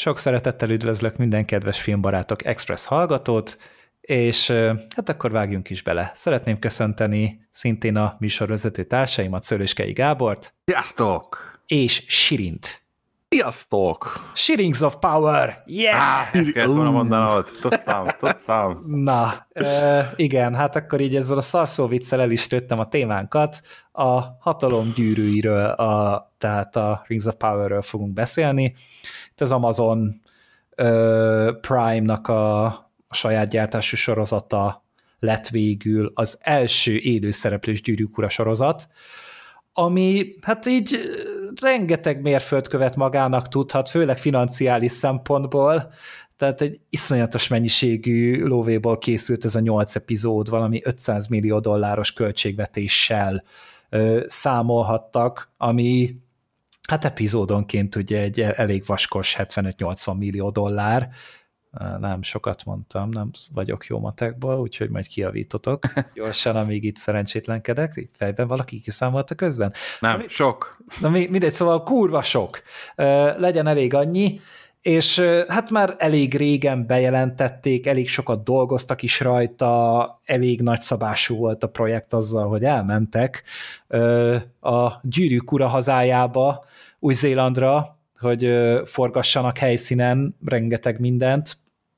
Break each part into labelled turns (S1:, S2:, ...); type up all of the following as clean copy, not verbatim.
S1: Sok szeretettel üdvözlök minden kedves filmbarátok Express hallgatót, és hát akkor vágjunk is bele. Szeretném köszönteni szintén a műsorvezető társaimat, Szőlőskei Gábort.
S2: Sziasztok!
S1: És Sirint.
S2: Sziasztok!
S1: Shirings of Power! Yeah!
S2: Ezt kellett volna mondanod. Tudtam.
S1: Na, igen, hát akkor így ezzel a szarszó viccel el is lőttem a témánkat. A hatalom gyűrűiről, tehát a Rings of Power-ről fogunk beszélni. Itt az Amazon Prime-nak a saját gyártású sorozata lett végül az első élőszereplős Gyűrűk Ura sorozat, ami hát így rengeteg mérföldkövet magának tudhat, főleg financiális szempontból, tehát egy iszonyatos mennyiségű lóvéból készült ez a 8 epizód, valami $500 millió költségvetéssel számolhattak, ami hát epizódonként ugye egy elég vaskos $75-80 millió. Nem sokat mondtam, nem vagyok jó matekból, úgyhogy majd kijavítotok gyorsan, amíg itt szerencsétlenkedek. Így fejben valaki kiszámolta közben?
S2: Sok.
S1: Na mindegy, szóval kurva sok. Legyen elég annyi, és hát már elég régen bejelentették, elég sokat dolgoztak is rajta, elég nagyszabású volt a projekt azzal, hogy elmentek a Gyűrűk Ura hazájába, Új-Zélandra, hogy forgassanak helyszínen rengeteg mindent.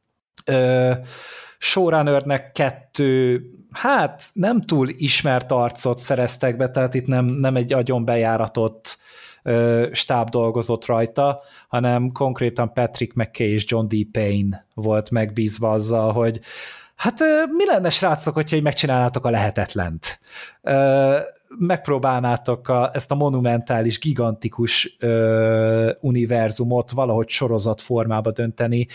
S1: Showrunnernek 2, hát nem túl ismert arcot szereztek be, tehát itt nem egy agyon bejáratott stáb dolgozott rajta, hanem konkrétan Patrick McKay és John D. Payne volt megbízva azzal, hogy hát mi lenne, srácok, hogyha megcsinálnátok a lehetetlent? Megpróbálnátok ezt a monumentális, gigantikus univerzumot valahogy sorozat formába dönteni,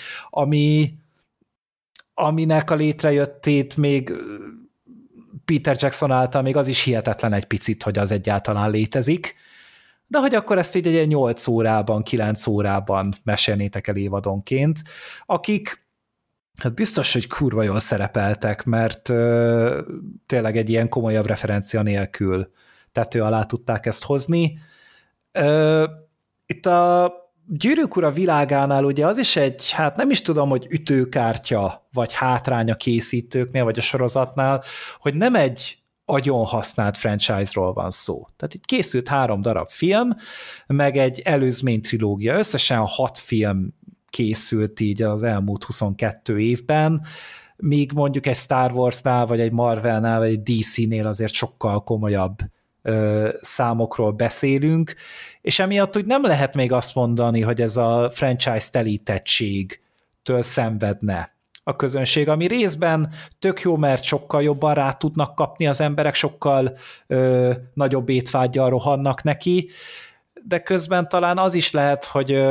S1: aminek a létrejöttét még Peter Jackson által még az is hihetetlen egy picit, hogy az egyáltalán létezik, de hogy akkor ezt így egy 8 órában, 9 órában mesélnétek el évadonként, akik hát biztos, hogy kurva jól szerepeltek, mert tényleg egy ilyen komolyabb referencia nélkül tető alá tudták ezt hozni. Itt a Gyűrűk Ura világánál ugye az is egy, hát nem is tudom, hogy ütőkártya, vagy hátránya készítőknél, vagy a sorozatnál, hogy nem egy agyon használt franchise-ról van szó. Tehát itt készült 3 darab film, meg egy előzmény trilógia. Összesen 6 film készült így az elmúlt 22 évben, míg mondjuk egy Star Warsnál, vagy egy Marvelnál, vagy egy DC-nél azért sokkal komolyabb számokról beszélünk, és emiatt úgy nem lehet még azt mondani, hogy ez a franchise telítettségtől szenvedne a közönség, ami részben tök jó, mert sokkal jobban rá tudnak kapni az emberek, sokkal nagyobb étvággyal rohannak neki, de közben talán az is lehet,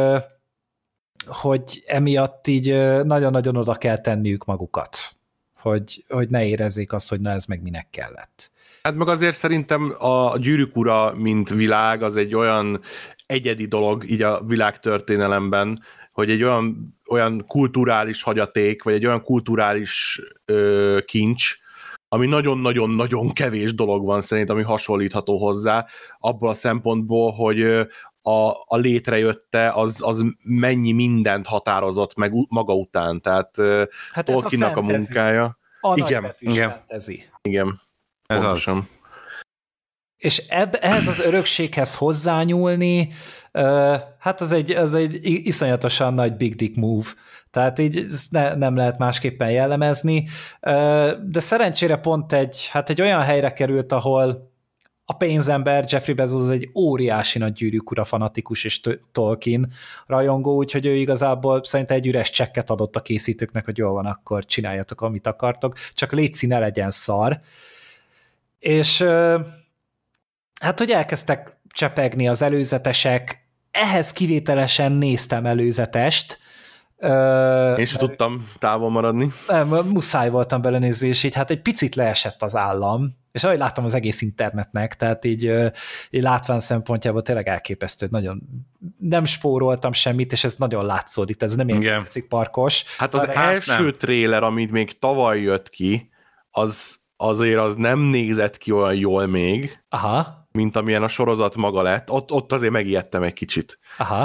S1: hogy emiatt így nagyon-nagyon oda kell tenniük magukat, hogy ne érezzék azt, hogy na ez meg minek kellett.
S2: Hát meg azért szerintem a Gyűrűk Ura, mint világ, az egy olyan egyedi dolog így a világtörténelemben, hogy egy olyan kulturális hagyaték, vagy egy olyan kulturális kincs, ami nagyon-nagyon-nagyon kevés dolog van szerintem, ami hasonlítható hozzá, abból a szempontból, hogy a létrejötte, az mennyi mindent határozott meg maga után, tehát hát Tolkiennak a munkája. Igen. Pontosan.
S1: És ehhez az örökséghez hozzányúlni, hát az egy iszonyatosan nagy big dick move. Tehát így nem lehet másképpen jellemezni, de szerencsére pont egy olyan helyre került, ahol a pénzember Jeffrey Bezos egy óriási nagy Gyűrűk Ura fanatikus és Tolkien rajongó, úgyhogy ő igazából szerintem egy üres csekket adott a készítőknek, hogy jól van, akkor csináljatok, amit akartok, csak létszi, ne legyen szar. És hát, hogy elkezdtek csepegni az előzetesek, ehhez kivételesen néztem előzetest.
S2: Én sem tudtam távol maradni.
S1: Nem, muszáj voltam belenézni, és így hát egy picit leesett az állam, és ahogy láttam az egész internetnek, tehát így látvány szempontjából tényleg elképesztő, nagyon nem spóroltam semmit, és ez nagyon látszódik, ez nem ilyen parkos.
S2: Hát az első tréler, amit még tavaly jött ki, azért az nem nézett ki olyan jól még, mint amilyen a sorozat maga lett. Ott azért megijedtem egy kicsit.
S1: Aha.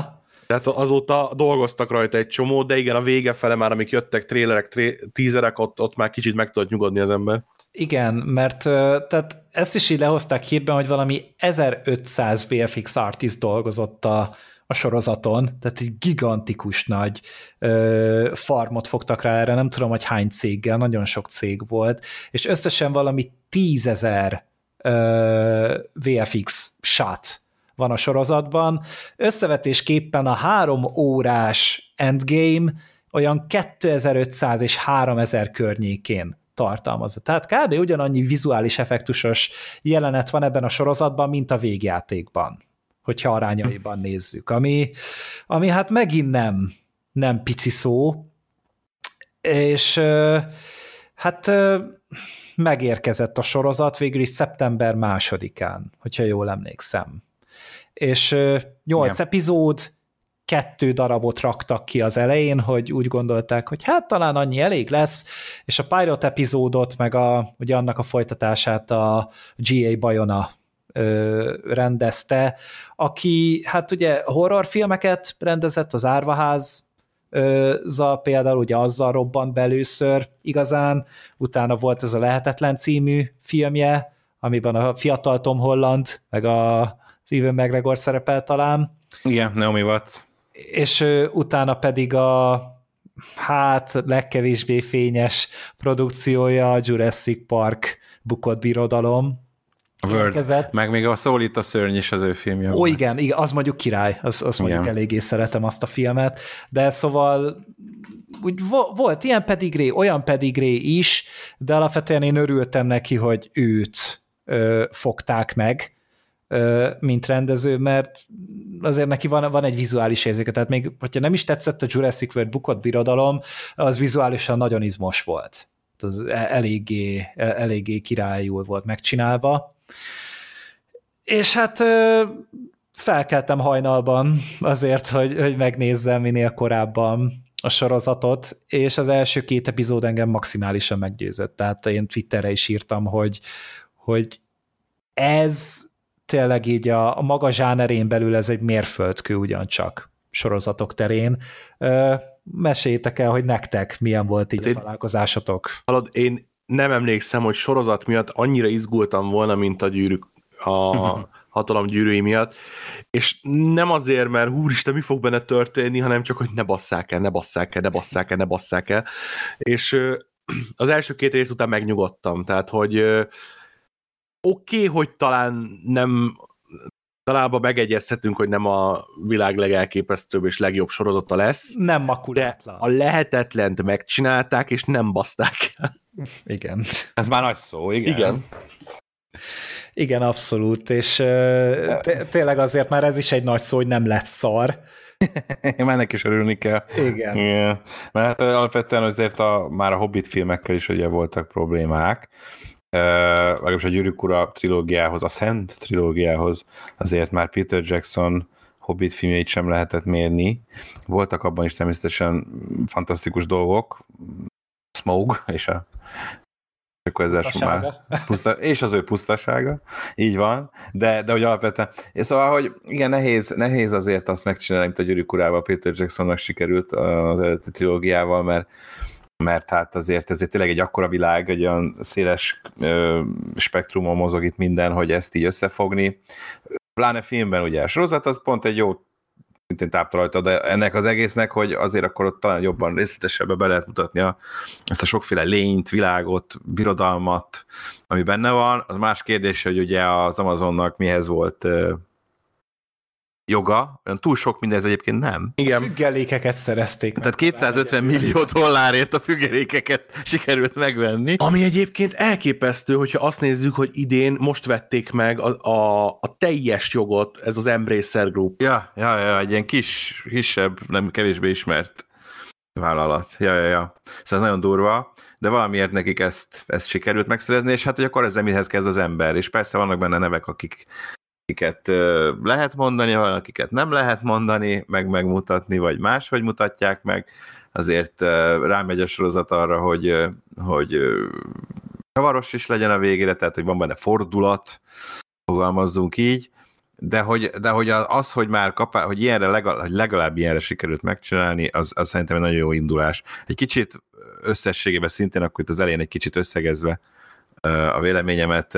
S2: Tehát azóta dolgoztak rajta egy csomó, de igen, a vége fele már, amik jöttek, trélerek, tízerek, ott már kicsit meg tudott nyugodni az ember.
S1: Igen, mert tehát ezt is így lehozták hírben, hogy valami 1500 VFX artist dolgozott a sorozaton, tehát egy gigantikus nagy farmot fogtak rá erre, nem tudom, hogy hány céggel, nagyon sok cég volt, és összesen valami 10.000 VFX shot van a sorozatban. Összevetésképpen a 3 órás Endgame olyan 2500 és 3000 környékén tartalmazza. Tehát kb. Ugyanannyi vizuális effektusos jelenet van ebben a sorozatban, mint a végjátékban, hogyha arányaiban nézzük. Ami hát megint nem pici szó, és hát megérkezett a sorozat végül is szeptember 2-án, hogyha jól emlékszem. És 8 epizód, 2 darabot raktak ki az elején, hogy úgy gondolták, hogy hát talán annyi elég lesz, és a pilot epizódot, meg ugye annak a folytatását a G.A. Bayona rendezte, aki hát ugye horrorfilmeket rendezett, az Árvaház például ugye azzal robbant be először igazán, utána volt ez a Lehetetlen című filmje, amiben a fiatal Tom Holland, meg az Ewan McGregor szerepel talán.
S3: Igen, Naomi Watts.
S1: És utána pedig a legkevésbé fényes produkciója a Jurassic Park Bukott birodalom.
S3: Meg még a Szól itt a szörny is az ő filmje.
S1: Ó, igen, az mondjuk király, azt mondjuk eléggé szeretem azt a filmet, de szóval úgy volt ilyen pedigré, olyan pedigré is, de alapvetően én örültem neki, hogy őt fogták meg, mint rendező, mert azért neki van egy vizuális érzéke, tehát még, hogyha nem is tetszett a Jurassic World Bukott birodalom, az vizuálisan nagyon izmos volt. Az eléggé királyul volt megcsinálva. És hát felkeltem hajnalban azért, hogy megnézzem minél korábban a sorozatot, és az első 2 epizód engem maximálisan meggyőzött. Tehát én Twitterre is írtam, hogy ez tényleg így a maga zsánerén belül ez egy mérföldkő ugyancsak sorozatok terén. Meséljétek el, hogy nektek milyen volt így a találkozásotok.
S2: Hallod, én nem emlékszem, hogy sorozat miatt annyira izgultam volna, mint a hatalom gyűrűi miatt, és nem azért, mert húristen, mi fog benne történni, hanem csak, hogy ne basszák el. És az első 2 rész után megnyugodtam, tehát, hogy oké, hogy talán megegyezhetünk, hogy nem a világ legelképesztőbb és legjobb sorozata lesz.
S1: Nem makulátlan.
S2: De a lehetetlent megcsinálták, és nem baszták el.
S1: Igen.
S3: Ez már nagy szó, igen.
S1: Igen, abszolút, és tényleg azért már ez is egy nagy szó, hogy nem lett szar.
S3: Én már ennek is örülni kell.
S1: Igen.
S3: Yeah. Mert alapvetően azért már a Hobbit filmekkel is ugye voltak problémák, legalábbis a Gyűrűk Ura trilógiához, a Szent trilógiához azért már Peter Jackson Hobbit filmjeit sem lehetett mérni. Voltak abban is természetesen fantasztikus dolgok, Smaug és a és az ő pusztasága, így van, de hogy alapvetően, szóval, hogy igen, nehéz azért azt megcsinálni, mint a Gyűrűk Urával Peter Jacksonnak sikerült az eredeti trilógiával, mert hát azért tényleg egy akkora világ, egy olyan széles spektrumon mozog itt minden, hogy ezt így összefogni. Pláne filmben ugye a sorozat, az pont egy jó szintén táptalajta, de ennek az egésznek, hogy azért akkor ott talán jobban részletesebben be lehet mutatni ezt a sokféle lényt, világot, birodalmat, ami benne van. Az más kérdés, hogy ugye az Amazonnak mihez volt joga, olyan túl sok mindez egyébként nem.
S1: Igen. Függelékeket szerezték.
S3: Tehát 250 millió dollárért a függelékeket sikerült megvenni.
S2: Ami egyébként elképesztő, hogyha azt nézzük, hogy idén most vették meg a teljes jogot, ez az Embracer Group.
S3: Ja, egy ilyen kisebb, nem kevésbé ismert vállalat. Ja. Szóval ez nagyon durva, de valamiért nekik ezt sikerült megszerezni, és hát hogy akkor ezzel mihez kezd az ember, és persze vannak benne nevek, akiket lehet mondani, van, akiket nem lehet mondani, meg megmutatni, vagy máshogy mutatják meg. Azért rámegy a sorozat arra, hogy zavaros is legyen a végére, tehát hogy van benne fordulat, fogalmazzunk így, de hogy az, hogy már hogy ilyenre legalább ilyenre sikerült megcsinálni, az szerintem egy nagyon jó indulás. Egy kicsit összességében szintén akkor itt az elején egy kicsit összegezve a véleményemet,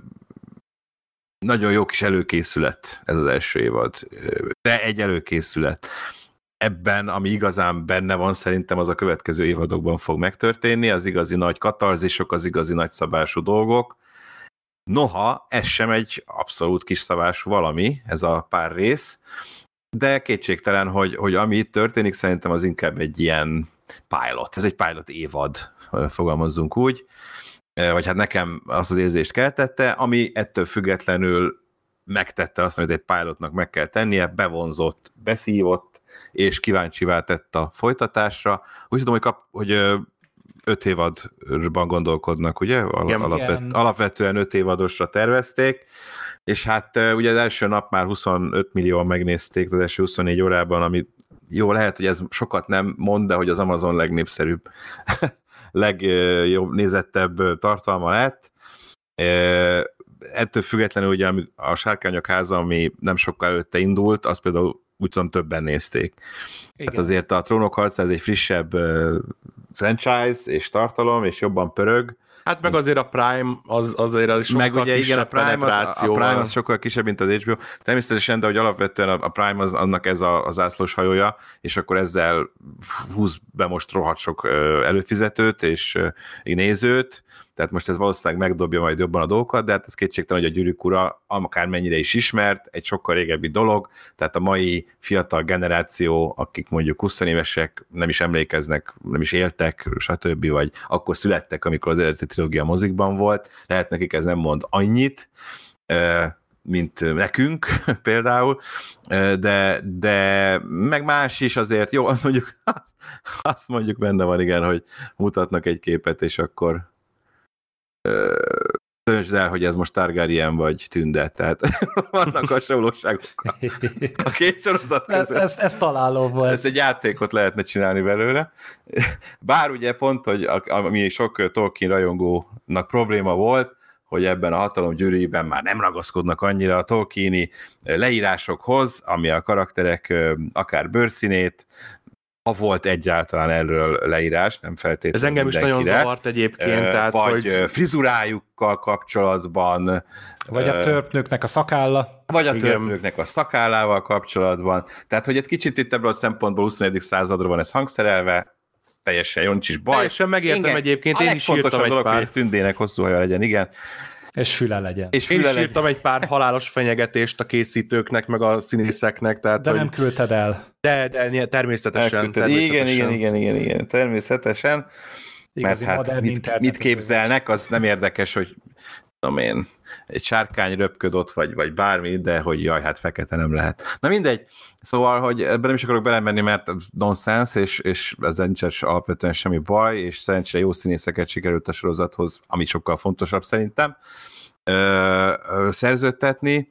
S3: nagyon jó kis előkészület ez az első évad, de egy előkészület. Ebben, ami igazán benne van, szerintem az a következő évadokban fog megtörténni, az igazi nagy katarzisok, az igazi nagyszabású dolgok. Noha, ez sem egy abszolút kisszabású valami, ez a pár rész, de kétségtelen, hogy ami itt történik, szerintem az inkább egy ilyen pilot. Ez egy pilot évad, fogalmazzunk úgy. Vagy hát nekem azt az érzést keltette, ami ettől függetlenül megtette azt, amit egy pilotnak meg kell tennie, bevonzott, beszívott, és kíváncsivá tett a folytatásra. Úgy tudom, hogy 5 évadban gondolkodnak, ugye? Alapvetően 5 évadosra tervezték, és hát ugye az első nap már 25 millióan megnézték az első 24 órában, ami jó, lehet, hogy ez sokat nem mond, de hogy az Amazon legnépszerűbb, legjobb nézettebb tartalma lett. Ettől függetlenül ugye a Sárkányok háza, ami nem sokkal előtte indult, azt például úgy tudom többen nézték. Igen. Tehát azért a Trónok harca ez egy frissebb franchise és tartalom, és jobban pörög.
S2: Hát meg azért a Prime azért sokkal
S3: meg ugye igen, a
S2: Prime
S3: az sokkal kisebb, mint az HBO. Természetesen, de hogy alapvetően a Prime annak ez a zászlós hajója, és akkor ezzel húz be most rohadt sok előfizetőt és nézőt, tehát most ez valószínűleg megdobja majd jobban a dolgokat, de hát ez kétségtelen, hogy a Gyűrűk ura akármennyire is ismert, egy sokkal régebbi dolog, tehát a mai fiatal generáció, akik mondjuk 20 évesek, nem is emlékeznek, nem is éltek, stb., vagy akkor születtek, amikor az eredeti trilógia mozikban volt, lehet nekik ez nem mond annyit, mint nekünk például, de meg más is azért, jó, azt mondjuk benne van, igen, hogy mutatnak egy képet, és akkor döntsd el, hogy ez most Targaryen vagy Tünde, tehát vannak hasonlóságok a két sorozat között.
S1: Ez találom volt.
S3: Ez egy játékot lehetne csinálni belőle. Bár ugye pont, hogy ami sok Tolkien rajongónak probléma volt, hogy ebben a Hatalom gyűrűjében már nem ragaszkodnak annyira a Tolkieni leírásokhoz, ami a karakterek akár bőrszínét, ha volt egyáltalán erről leírás, nem feltétlenül
S2: ez engem is nagyon zavart egyébként. Tehát,
S3: vagy hogy frizurájukkal kapcsolatban.
S1: Vagy a törpnőknek a szakálla.
S3: Vagy a törpnőknek a szakállával kapcsolatban. Tehát, hogy egy kicsit itt ebből a szempontból 21. századra van ez hangszerelve, teljesen jó, nincs is baj.
S2: Teljesen megértem egyébként, én is írtam egy
S3: dolog,
S2: pár.
S3: hogy egy tündének hosszú haja legyen, igen.
S1: És füle legyen.
S2: Én is írtam egy pár halálos fenyegetést a készítőknek, meg a színészeknek. Tehát,
S1: de nem küldted el.
S2: De természetesen.
S3: Igen, természetesen. Igazi, mert hát mit képzelnek, az nem érdekes, hogy tudom én, egy sárkány röpköd ott, vagy bármi, de hogy jaj, hát fekete nem lehet. Na mindegy, szóval, hogy ebben nem is akarok belemenni, mert nonsense, és ezzel nincs alapvetően semmi baj, és szerencsére jó színészeket sikerült a sorozathoz, ami sokkal fontosabb szerintem, szerződtetni.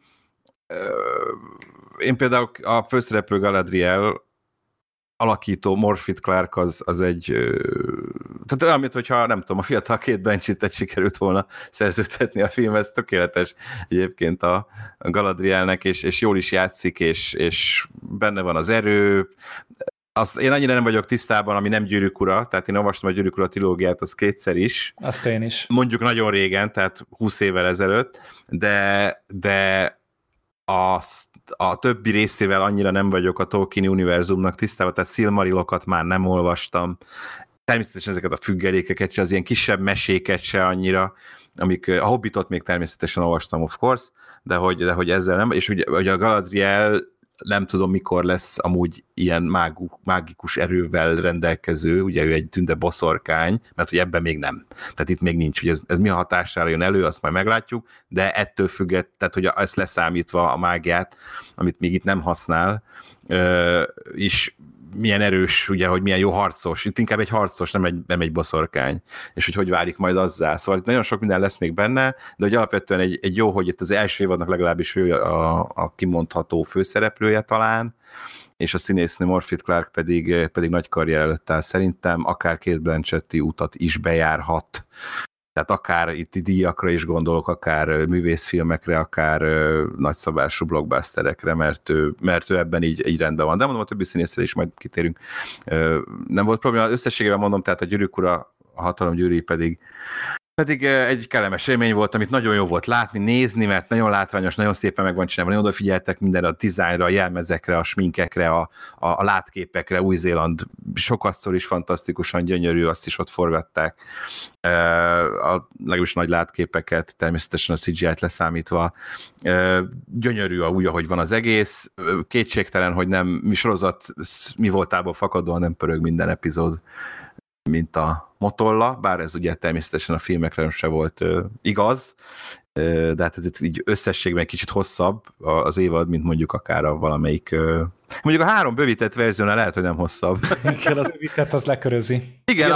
S3: Én például a főszereplő Galadriel alakító Morfydd Clark az egy, tehát olyan, mintha nem tudom, a fiatal Kate Blanchett sikerült volna szerződtetni a film, ez tökéletes egyébként a Galadrielnek, és jól is játszik, és benne van az erő. Én annyira nem vagyok tisztában, ami nem Gyűrűk ura, tehát én olvastam a Gyűrűk ura trilógiát, az 2-szer is.
S1: Azt én is.
S3: Mondjuk nagyon régen, tehát 20 évvel ezelőtt, de a többi részével annyira nem vagyok a Tolkien univerzumnak tisztában, tehát Silmarilokat már nem olvastam. Természetesen ezeket a függelékeket se, az ilyen kisebb meséket se annyira, amik a Hobbitot még természetesen olvastam, of course, de hogy ezzel nem, és ugye a Galadriel nem tudom, mikor lesz amúgy ilyen mágikus erővel rendelkező, ugye ő egy tünde boszorkány, mert hogy ebben még nem. Tehát itt még nincs, hogy ez mi a hatására jön elő, azt majd meglátjuk, de ettől függet, tehát hogy ezt leszámítva a mágiát, amit még itt nem használ, és milyen erős, ugye, hogy milyen jó harcos. Itt inkább egy harcos, nem egy boszorkány. És hogy válik majd azzá. Szóval itt nagyon sok minden lesz még benne, de hogy alapvetően egy jó, hogy itt az első évadnak legalábbis ő a kimondható főszereplője talán, és a színésznő Morfydd Clark pedig nagy karrier előtt áll. Szerintem akár Kate Blanchetti utat is bejárhat Tehát akár itt díjakra is gondolok, akár művészfilmekre, akár nagyszabású blockbusterekre, mert ő ebben így rendben van. De mondom, a többi színészre is majd kitérünk. Nem volt probléma. Összességében mondom, tehát a Gyűrűk ura, a Hatalom gyűrűi pedig egy kellemes élmény volt, amit nagyon jó volt látni, nézni, mert nagyon látványos, nagyon szépen meg van csinálva, nagyon odafigyeltek mindenre, a dizájnra, a jelmezekre, a sminkekre, a látképekre, Új-Zéland sokatszor is fantasztikusan gyönyörű, azt is ott forgatták. Legalábbis nagy látképeket, természetesen a CGI-t leszámítva. Gyönyörű úgy, ahogy van az egész. Kétségtelen, hogy nem sorozat mi voltából fakadóan nem pörög minden epizód, mint a Motolla, bár ez ugye természetesen a filmekre se volt igaz, de hát ez így összességben egy kicsit hosszabb az évad, mint mondjuk akár a valamelyik... Mondjuk a 3 bővített verziónál lehet, hogy nem hosszabb.
S1: Igen, az bővített, az lekörözi.
S3: Igen, a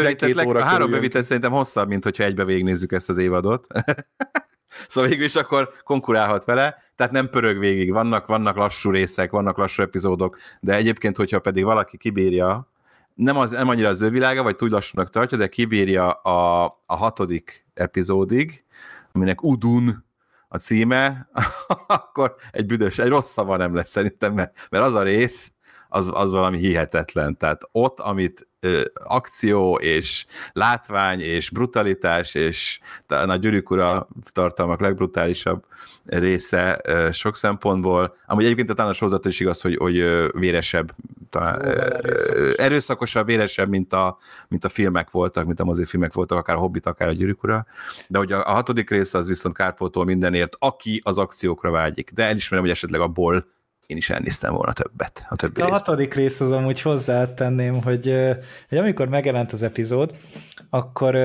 S3: 3 bővített szerintem hosszabb, mint hogyha egybe végignézzük ezt az évadot. Szóval végül is akkor konkurálhat vele, tehát nem pörög végig, vannak lassú részek, vannak lassú epizódok, de egyébként, hogyha pedig valaki kibírja, nem annyira az ő világa, vagy túl lassúnak tartja, de kibírja a 6. epizódig, aminek Udun a címe, akkor egy rossz szava nem lesz szerintem, mert az a rész, az valami hihetetlen. Tehát ott, amit akció, és látvány, és brutalitás, és talán a Gyűrűk ura tartalmak legbrutálisabb része sok szempontból. Amúgy egyébként talán a sorozat is igaz, hogy véresebb, talán erőszakosabb, véresebb, mint a filmek voltak, mint a mozifilmek voltak, akár a Hobbit, akár a Gyűrűk ura. De hogy a 6. rész az viszont kárpótol mindenért, aki az akciókra vágyik. De elismerem, hogy esetleg abból én is elnéztem volna többet.
S1: A 6. rész az amúgy hozzátenném, hogy amikor megjelent az epizód, akkor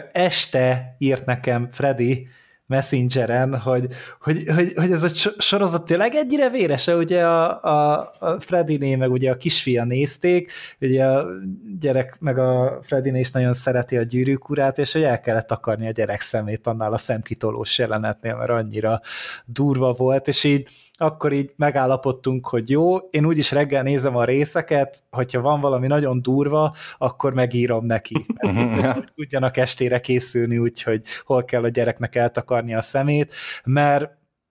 S1: este írt nekem Freddy Messengeren, hogy ez a sorozat tényleg ennyire véres, ugye a Freddyné meg ugye a kisfia nézték, ugye a gyerek meg a Freddyné is nagyon szereti a Gyűrűk urát, és hogy el kellett takarni a gyerek szemét annál a szemkitolós jelenetnél, mert annyira durva volt, és így akkor így megállapodtunk, hogy jó, én úgyis reggel nézem a részeket, hogyha van valami nagyon durva, akkor megírom neki. Ezt hogy tudjanak estére készülni, úgyhogy hol kell a gyereknek eltakarni a szemét, mert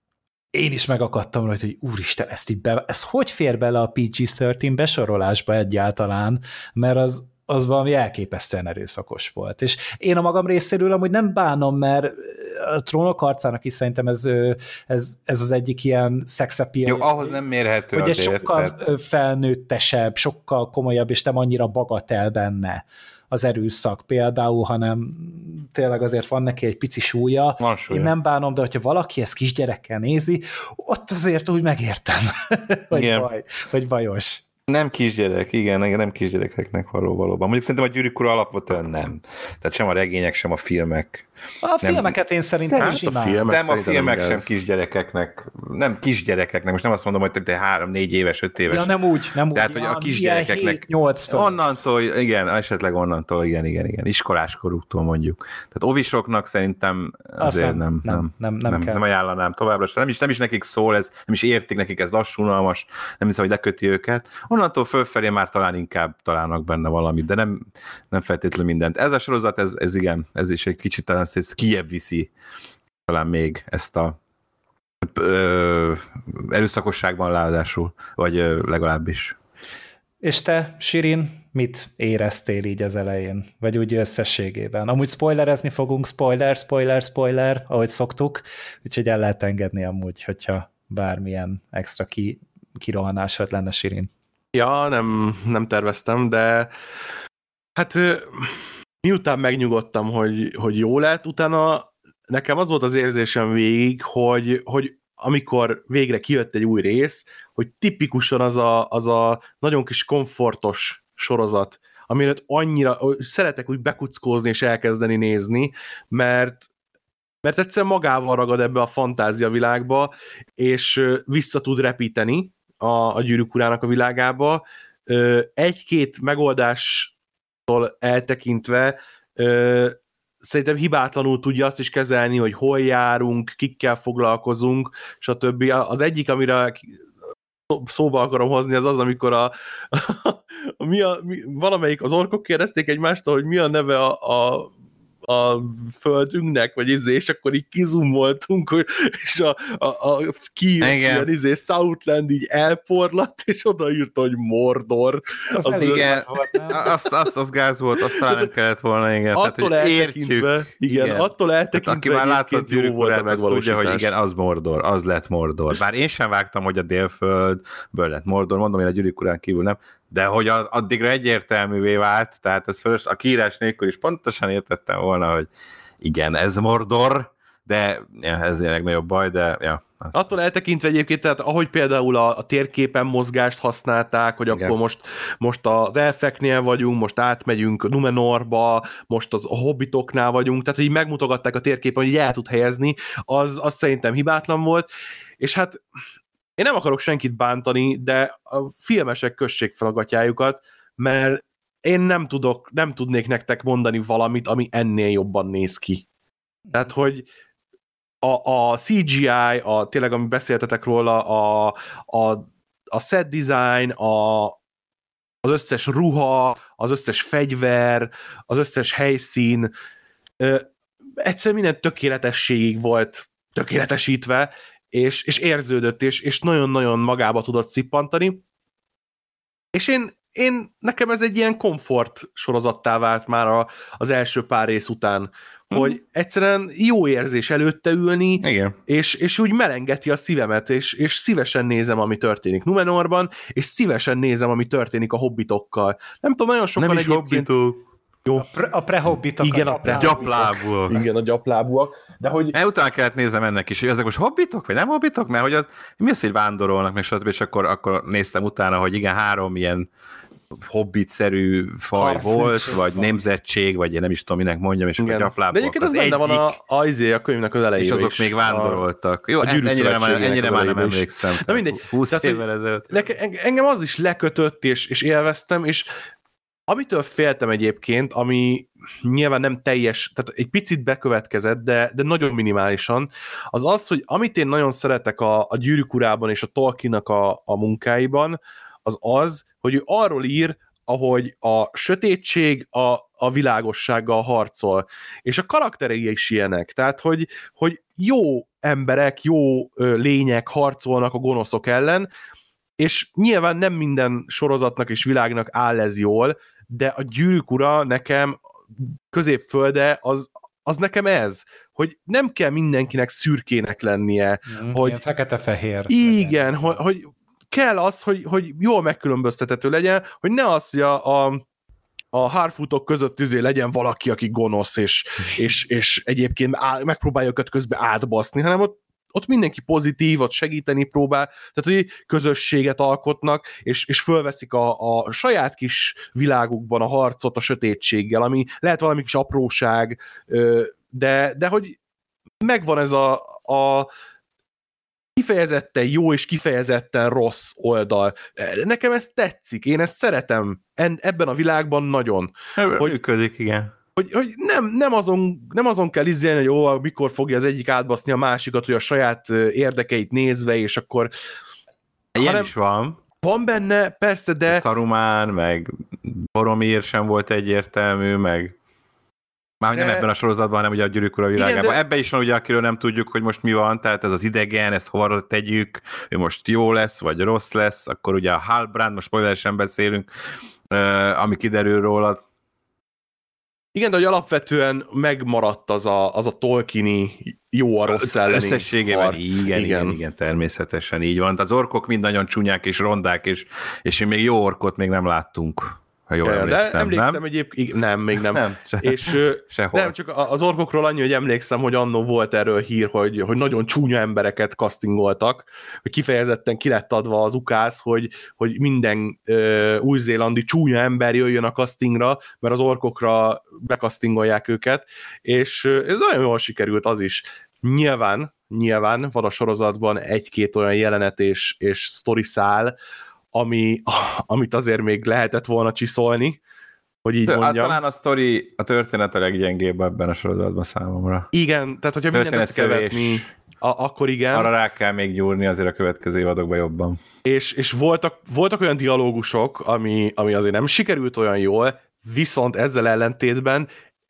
S1: én is megakadtam rajta, hogy úristen, ez hogy fér bele a PG-13 besorolásba egyáltalán, mert az valami elképesztően erőszakos volt. És én a magam részéről amúgy nem bánom, mert a Trónok harcának is szerintem ez az egyik ilyen szexappeal.
S3: Jó, ahhoz nem mérhető
S1: hogy
S3: azért.
S1: Hogy sokkal felnőttesebb, sokkal komolyabb, és nem annyira bagatel benne az erőszak például, hanem tényleg azért van neki egy pici súlya. Én nem bánom, de hogyha valaki ezt kisgyerekkel nézi, ott azért úgy megértem, hogy bajos.
S3: Nem kisgyerek, igen, nem kisgyerekeknek valóban. Mondjuk szerintem a Gyűrűk ura alapvetően nem. Tehát sem a regények, sem a filmek.
S1: A filmeket én szerintem simán.
S3: Nem a filmek sem kisgyerekeknek, nem kisgyerekeknek, most nem azt mondom, hogy te 3-4 éves, 5 éves.
S1: Ja, nem úgy. Tehát,
S3: hogy a kisgyerekeknek
S1: 7-8
S3: onnantól, igen, esetleg onnantól, igen, iskoláskorúktól mondjuk. Tehát ovisoknak szerintem azért nem ajánlanám továbbra sem. Nem is nekik szól ez, nem is értik nekik, ez lassulalmas, nem hiszem, hogy leköti őket. Onnantól fölfelé már talán inkább találnak benne valamit, de nem feltétlenül mindent. Ez a sorozat, ez igen, ez is egy kicsit talán kijebb viszi talán még ezt a erőszakosságban ráadásul, vagy legalábbis.
S1: És te, Sirin, mit éreztél így az elején? Vagy úgy összességében? Amúgy spoilerezni fogunk, spoiler, ahogy szoktuk, úgyhogy el lehet engedni amúgy, hogyha bármilyen extra kirohanásod lenne, Sirin.
S2: Ja, nem terveztem, de hát miután megnyugodtam, hogy jó lett, utána nekem az volt az érzésem végig, hogy amikor végre kijött egy új rész, hogy tipikusan az a nagyon kis komfortos sorozat, amire annyira szeretek úgy bekuckózni és elkezdeni nézni, mert egyszerűen magával ragad ebbe a fantázia világba, és vissza tud repíteni a Gyűrűk urának a világába. Egy-két megoldástól eltekintve szerintem hibátlanul tudja azt is kezelni, hogy hol járunk, kikkel foglalkozunk, stb. Az egyik, amire szóba akarom hozni, az, amikor valamelyik az orkok kérdezték egymástól, hogy mi a neve a földünknek, vagy és akkor így kizumoltunk, és a ilyen Southland így elporlatt, és odaírt, hogy Mordor.
S1: Az elég
S3: igen,
S1: az volt, nem?
S3: az gáz volt, azt talán nem kellett volna, igen.
S2: Attól
S3: tehát,
S2: eltekintve, igen, attól eltekintve
S3: aki már látott
S2: jó volt a megvalósítás.
S3: Tudja, hogy igen, az Mordor, az lett Mordor. Bár én sem vágtam, hogy a Délföldből lett Mordor, mondom én a Gyűrűk urán kívül nem, de hogy addigra egyértelművé vált, tehát ez fölös, a kiírás nélkül is pontosan értettem volna, hogy igen, ez Mordor, de ez a legnagyobb baj, de ja.
S2: Attól eltekintve egyébként, tehát ahogy például a térképen mozgást használták, hogy igen. Akkor most az elfeknél vagyunk, most átmegyünk Numenorba, most az a hobbitoknál vagyunk, tehát hogy így megmutogatták a térképen, hogy el tud helyezni, az szerintem hibátlan volt, és hát én nem akarok senkit bántani, de a filmesek kössék fel a gatyájukat, mert én nem tudnék nektek mondani valamit, ami ennél jobban néz ki. Tehát, hogy a CGI, tényleg, amit beszéltetek róla, a set design, az összes ruha, az összes fegyver, az összes helyszín, egyszerűen minden tökéletességig volt tökéletesítve, és érződött, és nagyon-nagyon magába tudott szippantani. És nekem ez egy ilyen komfort sorozattá vált már az első pár rész után, hogy egyszerűen jó érzés előtte ülni, és úgy melengeti a szívemet, és szívesen nézem, ami történik Numenorban, és szívesen nézem, ami történik a hobbitokkal. Nem tudom, nagyon sokan
S3: nem is
S2: egyébként...
S3: hobbitok.
S1: Jó. A prehobbitok.
S2: Igen, a
S3: gyaplábúak.
S2: Igen, a gyaplábúak. De hogy...
S3: Utána kellett nézem ennek is, hogy ezek most hobbitok, vagy nem hobbitok? Mert hogy mi az, hogy vándorolnak, meg stb. És akkor néztem utána, hogy igen, 3 ilyen hobbit-szerű faj volt, vagy nemzetség, vagy én nem is tudom, minek mondjam, és igen. A gyaplábúak.
S2: De egyébként az benne van a könyvnek az elején.
S3: És azok még vándoroltak. Jó, ennyire már nem emlékszem.
S2: Na mindegy.
S3: 20 évvel ezelőtt.
S2: Engem az is lekötött, és élveztem, és amitől féltem egyébként, ami nyilván nem teljes, tehát egy picit bekövetkezett, de nagyon minimálisan, az, hogy amit én nagyon szeretek a Gyűrűk urában és a Tolkiennak a munkáiban, az, hogy ő arról ír, ahogy a sötétség a világossággal harcol. És a karakterei is ilyenek. Tehát, hogy jó emberek, jó lények harcolnak a gonoszok ellen, és nyilván nem minden sorozatnak és világnak áll ez jól, de a Gyűrűk ura nekem Középfölde az nekem ez, hogy nem kell mindenkinek szürkének lennie. Hogy
S1: ilyen fekete-fehér.
S2: Igen, hogy kell az, hogy jól megkülönböztethető legyen, hogy ne az, hogy a Harfootok között legyen valaki, aki gonosz, és egyébként megpróbálja őket közben átbaszni, hanem ott mindenki pozitív, ott segíteni próbál, tehát hogy közösséget alkotnak, és fölveszik a saját kis világukban a harcot a sötétséggel, ami lehet valami kis apróság, de hogy megvan ez a kifejezetten jó és kifejezetten rossz oldal. Nekem ez tetszik, én ezt szeretem ebben a világban nagyon.
S3: Működik, igen.
S2: Hogy nem azon kell izélni, hogy jó, mikor fogja az egyik átbaszni a másikat, hogy a saját érdekeit nézve, és akkor...
S3: Ilyen is van.
S2: Van benne, persze, de...
S3: Szarumán, meg Boromir sem volt egyértelmű, meg... Már nem ebben a sorozatban, hanem ugye a Gyűrűk ura világában. Igen, ebben is van ugye, akiről nem tudjuk, hogy most mi van, tehát ez az idegen, ezt hova tegyük, ő most jó lesz, vagy rossz lesz, akkor ugye a Halbrand, most spoileresen beszélünk, ami kiderül róla.
S2: Igen, de hogy alapvetően megmaradt az a Tolkieni jó a rossz elleni
S3: összességében
S2: harc.
S3: Igen, természetesen így van. Az orkok mind nagyon csúnyák és rondák, és még jó orkot még nem láttunk. Ha jól emlékszem,
S2: de emlékszem egyébként, nem, még nem. És nem, csak az orkokról annyi, hogy emlékszem, hogy annó volt erről hír, hogy nagyon csúnya embereket castingoltak, hogy kifejezetten ki lett adva az ukáz, hogy minden új-zélandi csúnya ember jöjjön a castingra, mert az orkokra bekasztingolják őket, és ez nagyon jól sikerült az is. Nyilván van a sorozatban egy-két olyan jelenet és sztoriszál, amit azért még lehetett volna csiszolni, hogy így mondjam.
S3: Talán a történet a leggyengébb ebben a sorozatban számomra.
S2: Igen, tehát hogyha mindent összekövetni, akkor igen.
S3: Arra rá kell még gyúrni azért a következő évadokban jobban.
S2: És voltak olyan dialógusok, ami azért nem sikerült olyan jól, viszont ezzel ellentétben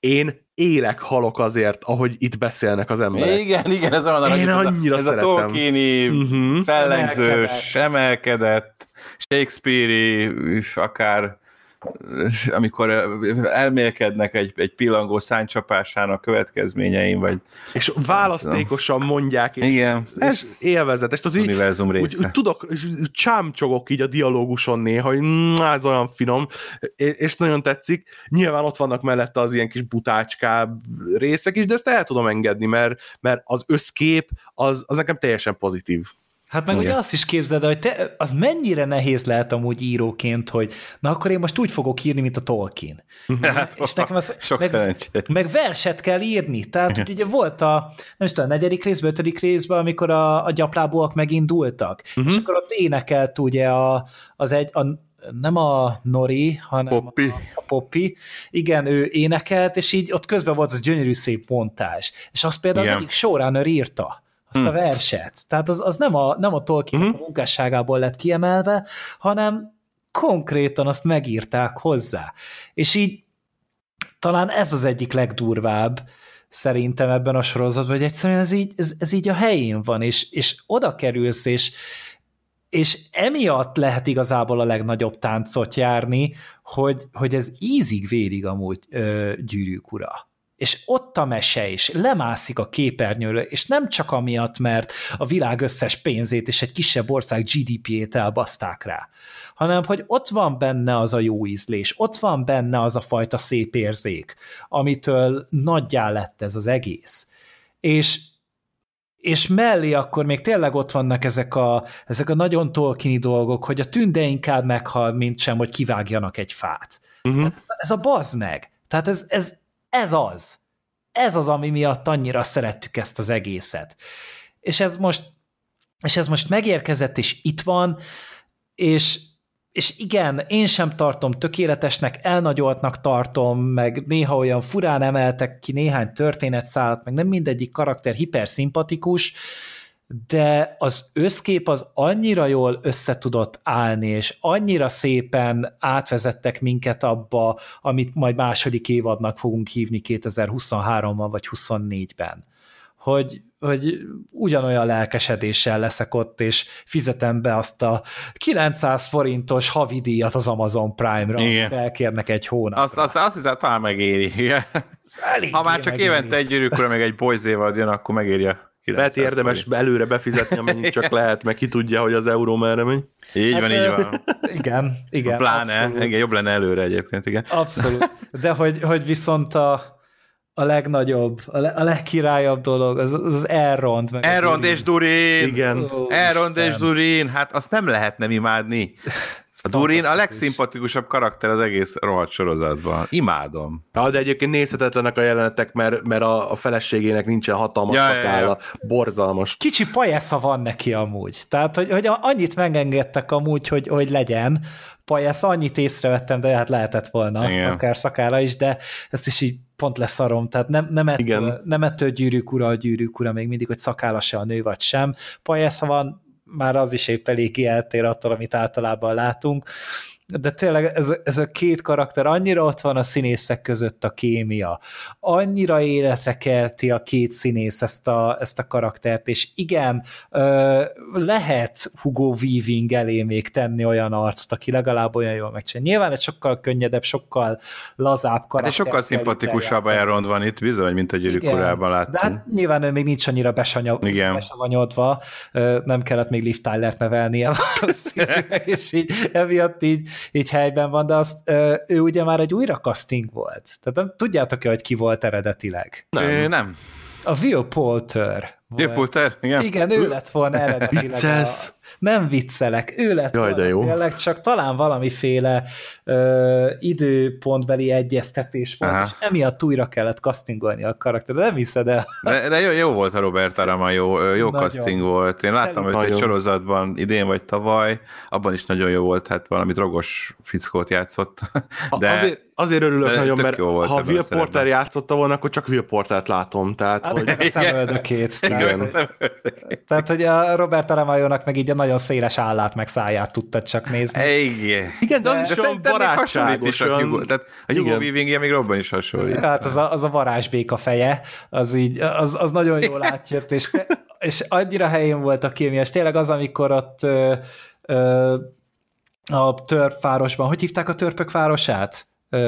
S2: én élek, halok azért, ahogy itt beszélnek az emberek.
S3: Igen, ez olyan,
S2: én annyira
S3: ez
S2: szeretem.
S3: a Tolkieni fellengzős, emelkedett, Shakespeare-i, akár amikor elmélkednek egy pillangó szánycsapásának következményein, vagy...
S2: És választékosan mondják, és,
S3: igen,
S2: és élvezetes.
S3: Univerzum része.
S2: Úgy tudok, csámcsogok így a dialóguson néha, hogy ez olyan finom, és nagyon tetszik. Nyilván ott vannak mellette az ilyen kis butácskább részek is, de ezt el tudom engedni, mert az összkép az nekem teljesen pozitív.
S1: Hát meg ugye azt is képzeld, hogy az mennyire nehéz lehet amúgy íróként, hogy na akkor én most úgy fogok írni, mint a Tolkien. És nekem az, meg verset kell írni. Tehát hogy ugye volt nem is tudom, a 4. részben, 5. részben, amikor a gyaplábúak megindultak, és akkor ott énekelt ugye nem a Nori, hanem a Poppy. Igen, ő énekelt, és így ott közben volt az gyönyörű szép montázs. És azt például az egyik showrunner írta, azt a verset. Tehát az nem a Tolkiennek a munkásságából lett kiemelve, hanem konkrétan azt megírták hozzá. És így talán ez az egyik legdurvább szerintem ebben a sorozatban, hogy egyszerűen ez így a helyén van, és oda kerülsz, és emiatt lehet igazából a legnagyobb táncot járni, hogy ez ízig-vérig amúgy Gyűrűk ura. És ott a mese is lemászik a képernyőről, és nem csak amiatt, mert a világ összes pénzét és egy kisebb ország GDP-ét elbaszták rá, hanem hogy ott van benne az a jó ízlés, ott van benne az a fajta szép érzék, amitől nagyjá lett ez az egész. És mellé akkor még tényleg ott vannak ezek a nagyon Tolkieni dolgok, hogy a tünde inkább meghal, mint sem, hogy kivágjanak egy fát. Tehát ez a bazd meg. Tehát ez az, ami miatt annyira szerettük ezt az egészet. És ez most megérkezett, és itt van, és igen, én sem tartom tökéletesnek, elnagyoltnak tartom, meg néha olyan furán emeltek ki néhány történetszálat, meg nem mindegyik karakter hiperszimpatikus, de az összkép az annyira jól össze tudott állni, és annyira szépen átvezettek minket abba, amit majd második évadnak fogunk hívni 2023-ban vagy 2024-ben. Hogy ugyanolyan lelkesedéssel leszek ott, és fizetem be azt a 900 forintos havidíjat az Amazon Prime-ra, amit elkérnek egy hónapra.
S3: Azt hiszem, talán megéri. Ha már csak évente egy Gyűrűk ura, meg egy Boys évad jön, akkor megérje.
S2: Beti érdemes előre befizetni, amennyit csak lehet, meg ki tudja, hogy az euró merre megy.
S3: Így van.
S1: Igen.
S3: Pláne, igen, jobb lenne előre egyébként, igen.
S1: Abszolút. De hogy viszont a legnagyobb, a legkirályabb dolog, az Elrond.
S3: Elrond és Durin!
S2: Igen.
S3: Elrond és Durin, hát azt nem lehet nem imádni. A Durin a legszimpatikusabb karakter az egész rohadt sorozatban. Imádom.
S2: Ja, de egyébként nézhetetlenek a jelenetek, mert a feleségének nincsen hatalmas szakálla. Borzalmas.
S1: Kicsi pajesza van neki amúgy. Tehát, hogy annyit megengedtek amúgy, hogy legyen pajesza, annyit észrevettem, de hát lehetett volna akár szakálla is, de ezt is így pont leszarom, tehát nem ettől Gyűrűk ura a Gyűrűk ura még mindig, hogy szakálla se a nő vagy sem. Pajesza van, már az is épp eléggé eltér attól, amit általában látunk, de tényleg ez a két karakter, annyira ott van a színészek között a kémia, annyira életre kelti a két színész ezt a karaktert, és igen, lehet Hugo Weaving elé még tenni olyan arcot, aki legalább olyan jól megcsinálja. Nyilván egy sokkal könnyedebb, sokkal lazább karakter.
S3: Hát és sokkal szimpatikusabb Elrond van itt bizony, mint a Gyűrűk urában láttunk.
S1: De hát nyilván ő még nincs annyira besavanyodva, nem kellett még Liv Tyler-t nevelnie valószínűleg, és így emiatt így helyben van, de ő ugye már egy újra casting volt. Tehát nem tudjátok-e, hogy ki volt eredetileg?
S3: Nem.
S1: A Will Poulter.
S3: Will Poulter?
S1: Igen, ő lett volna eredetileg. Nem viccelek, ő lett volna tényleg, csak talán valamiféle időpontbeli egyeztetés volt, és emiatt újra kellett castingolni a karakter. De nem hiszed el. De
S3: jó volt a Robert Aramayo, jó casting volt. Én láttam őt egy sorozatban idén vagy tavaly, abban is nagyon jó volt, hát valami drogos fickót játszott. De
S2: azért örülök nagyon, mert ha Will Porter játszotta volna, akkor csak Will Portert látom. Tehát,
S1: hogy a szemöldökét. Tehát, hogy a Robert Aramayónak meg így a nagyon széles állát meg száját tudtad csak nézni.
S2: Igen, de
S3: szerintem még hasonlít is a Hugo. Tehát a Hugo Weaving-je még robban is hasonlít.
S1: Hát az a varázsbéka feje, az nagyon jól átjött, és annyira helyén volt a kémia, és tényleg az, amikor ott a törpvárosban, hogy hívták a törpök városát?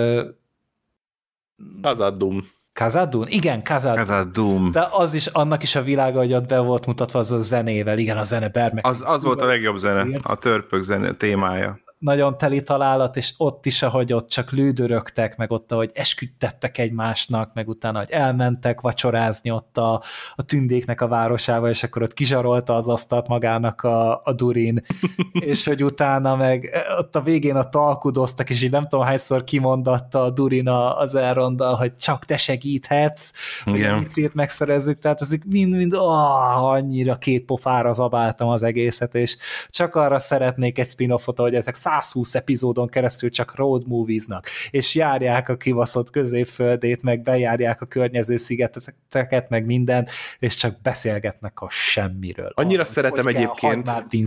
S1: Khazad-dûm? Igen,
S3: Khazad-dûm.
S1: De az is, annak is a világa, hogy ott be volt mutatva az a zenével, igen, a zene bermek.
S3: Az volt a legjobb zene, a törpök zene témája.
S1: Nagyon teli találat, és ott is, ahogy ott csak lődörögtek, meg ott, ahogy esküdtettek egymásnak, meg utána, hogy elmentek vacsorázni ott a tündéknek a városába, és akkor ott kizsarolta az asztalt magának a Durin, és hogy utána meg ott a végén ott alkudoztak, és így nem tudom hányszor kimondatta a Durin az Elronddal, hogy csak te segíthetsz, hogy a Mithril-t megszerezzük, tehát ezek mind annyira két pofára zabáltam az egészet, és csak arra szeretnék egy spin-offot, hogy ezek 120 epizódon keresztül csak road moviesnak, és járják a kibaszott középföldét, meg bejárják a környező szigeteket, meg mindent, és csak beszélgetnek a semmiről.
S2: Annyira szeretem egyébként,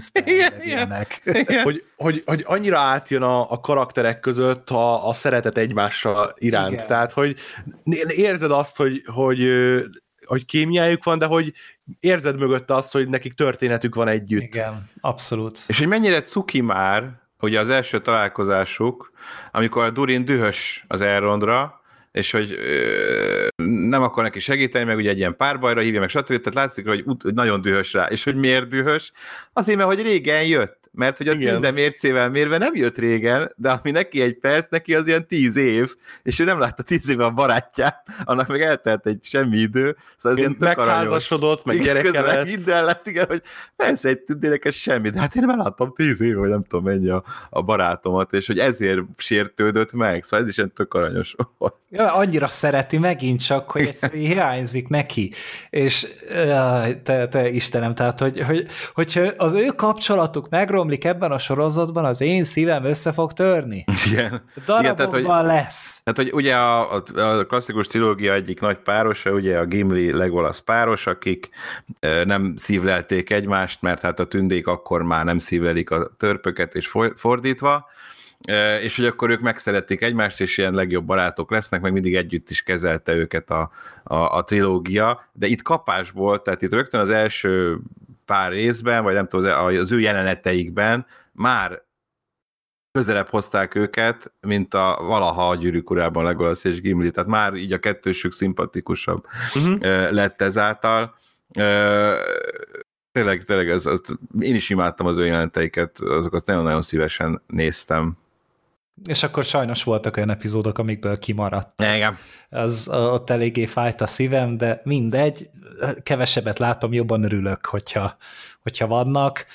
S2: hogy annyira átjön a karakterek között a szeretet egymásra iránt. Igen. Tehát, hogy érzed azt, hogy kémiájuk van, de hogy érzed mögötte azt, hogy nekik történetük van együtt.
S1: Igen, abszolút.
S3: És hogy mennyire cuki már, ugye az első találkozásuk, amikor a Durin dühös az Elrondra, és hogy nem akar neki segíteni, meg ugye egy ilyen párbajra hívja, meg stb. Tehát látszik, hogy nagyon dühös rá. És hogy miért dühös? Azért, mert hogy régen jött. Mert hogy a tünde mércével mérve nem jött régen, de ami neki egy perc, neki az ilyen 10 év, és ő nem látta 10 éve a barátját, annak meg eltelt egy semmi idő. Szóval ez
S2: megházasodott, meg gyereke lett.
S3: Hidd el lett, igen, hogy persze egy tündének ez semmi, de hát én már láttam 10 éve, vagy nem tudom mennyi a barátomat, és hogy ezért sértődött meg. Szóval ez is egy tök aranyos.
S1: Ja, annyira szereti megint csak, hogy egyszerűen hiányzik neki. És te Istenem, tehát, hogyha az ő kapcsolatuk megromlik ebben a sorozatban, az én szívem össze fog törni.
S3: Igen.
S1: Darabokban lesz.
S3: Tehát, hogy ugye a klasszikus trilógia egyik nagy párosa, ugye a Gimli-Legolas páros, akik nem szívlelték egymást, mert hát a tündék akkor már nem szívlelik a törpöket, és fordítva, és hogy akkor ők megszerették egymást, és ilyen legjobb barátok lesznek, meg mindig együtt is kezelte őket a trilógia, de itt kapásból, tehát itt rögtön az első pár részben, vagy nem tudom, az ő jeleneteikben már közelebb hozták őket, mint valaha a Gyűrűk urában Legolas és Gimli, tehát már így a kettősük szimpatikusabb lett ezáltal. Tényleg én is imádtam az ő jeleneteiket, azokat nagyon-nagyon szívesen néztem.
S1: És akkor sajnos voltak olyan epizódok, amikből kimaradt.
S3: Igen.
S1: Az ott eléggé fájt a szívem, de mindegy, kevesebbet látom, jobban örülök, hogyha vannak.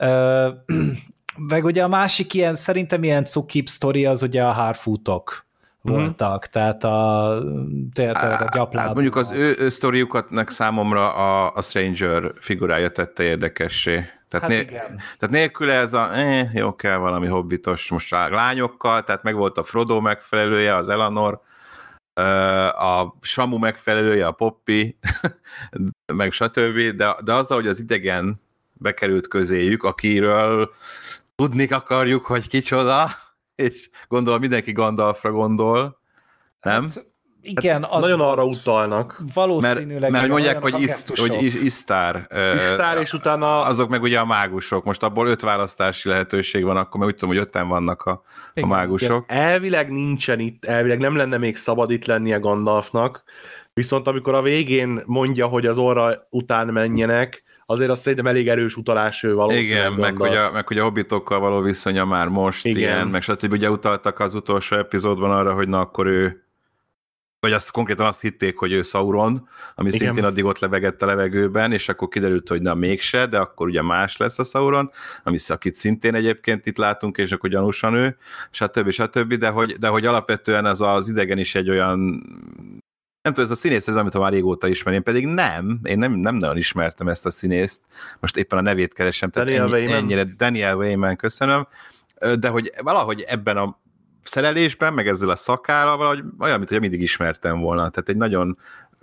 S1: Meg ugye a másik ilyen, szerintem ilyen cukibb sztori az ugye a Harfootok voltak, tehát a gyaplában.
S3: Hát mondjuk az ő sztoriukatnak számomra a Stranger figurája tette érdekessé. Tehát, tehát nélküle ez jó, kell valami hobbitos most lányokkal, tehát meg volt a Frodo megfelelője, az Elanor, a Samu megfelelője, a Poppy, meg stb. De azzal, hogy az idegen bekerült közéjük, akiről tudni akarjuk, hogy kicsoda, és gondolom mindenki Gandalfra gondol, nem?
S1: Hát, igen, az
S2: nagyon arra utalnak.
S1: Valószínűleg.
S3: Mert mondják, hogy Isztár.
S2: Isztár, és utána...
S3: Azok meg ugye a mágusok. Most abból 5 választási lehetőség van, akkor meg úgy tudom, hogy 5-en vannak a mágusok.
S2: Igen. Elvileg nincsen itt, elvileg nem lenne még szabad itt lennie Gandalfnak, viszont amikor a végén mondja, hogy az orra után menjenek, azért azt szerintem elég erős utalás ő valószínűleg.
S3: Igen, meg hogy a hobbitokkal való viszonya már most igen. Ilyen, meg stb. Ugye utaltak az utolsó epizódban arra, hogy na akkor ő, vagy azt konkrétan azt hitték, hogy ő Sauron, ami igen. Szintén addig ott lebegett a levegőben, és akkor kiderült, hogy na mégse, de akkor ugye más lesz a Sauron, akit szintén egyébként itt látunk, és akkor gyanúsan ő, stb. De hogy alapvetően ez az idegen is egy olyan, nem tudom, ez a színész, ez amit már régóta ismerem, pedig én nem nagyon ismertem ezt a színészt, most éppen a nevét keresem, tehát ennyire Daniel Wayman, köszönöm, de hogy valahogy ebben a szerelésben, meg ezzel a szakállal valahogy olyan, mint hogy mindig ismertem volna, tehát egy nagyon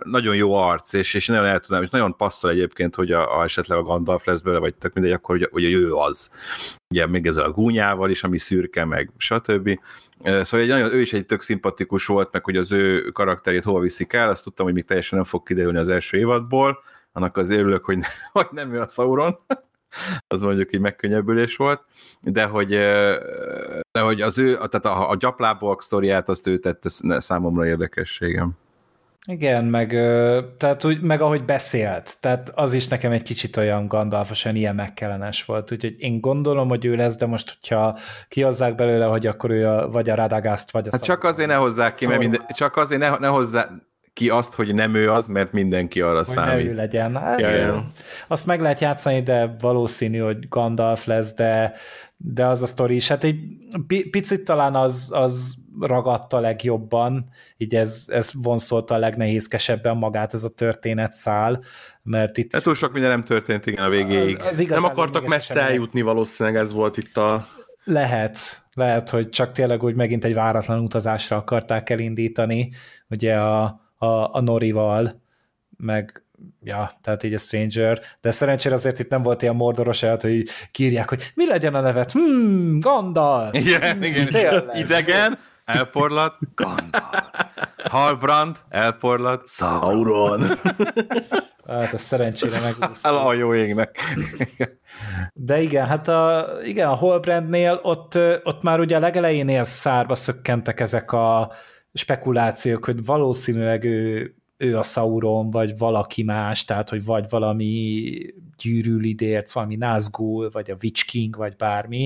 S3: nagyon jó arc, és nagyon el tudnám, és nagyon passzol egyébként, hogy esetleg a Gandalf lesz belőle, vagy tök mindegy, akkor ugye ő az. Ugye még ezzel a gúnyával is, ami szürke, meg stb. Szóval ő is egy tök szimpatikus volt, meg hogy az ő karakterét hova viszik el, azt tudtam, hogy még teljesen nem fog kiderülni az első évadból, annak az örülök, hogy nem ő a Sauron, az mondjuk így megkönnyebbülés volt, de hogy az ő, tehát a gyaplábok sztoriát azt ő tette számomra érdekességem.
S1: Igen, tehát úgy, meg ahogy beszélt, tehát az is nekem egy kicsit olyan Gandalfosan ilyen megkellenes volt, úgyhogy én gondolom, hogy ő lesz, de most, hogyha kihozzák belőle, hogy akkor ő vagy a Radagast, vagy a
S3: Hát csak azért ne hozzák ki, csak azért ne hozzá ki azt, hogy nem ő az, mert mindenki arra
S1: hogy
S3: számít.
S1: ne ő legyen. Hát, azt meg lehet játszani, de valószínű, hogy Gandalf lesz, de az a sztori is. Hát egy picit talán az ragadta legjobban, így ez vonszolta a legnehézkesebben magát ez a történetszál, mert itt...
S3: De túl sok minden nem történt, igen, a végéig.
S2: Nem akartak messze eljutni, valószínűleg ez volt itt a...
S1: Lehet, hogy csak tényleg úgy megint egy váratlan utazásra akarták elindítani, ugye a Norival, meg tehát így a Stranger, de szerencsére azért itt nem volt ilyen mordoros eljött, hogy kiírják, hogy mi legyen a nevet? Gandalf!
S3: Igen. Idegen, elporlat, Gandalf. Halbrand, elporlat, Sauron.
S1: Hát ez szerencsére megúszta.
S3: A jó égnek.
S1: De igen, hát a Halbrandnél ott már ugye a legelejénél szárba szökkentek ezek a spekulációk, hogy valószínűleg ő a Sauron, vagy valaki más, tehát, hogy vagy valami gyűrűlidérc, valami Nazgul, vagy a Witch King, vagy bármi.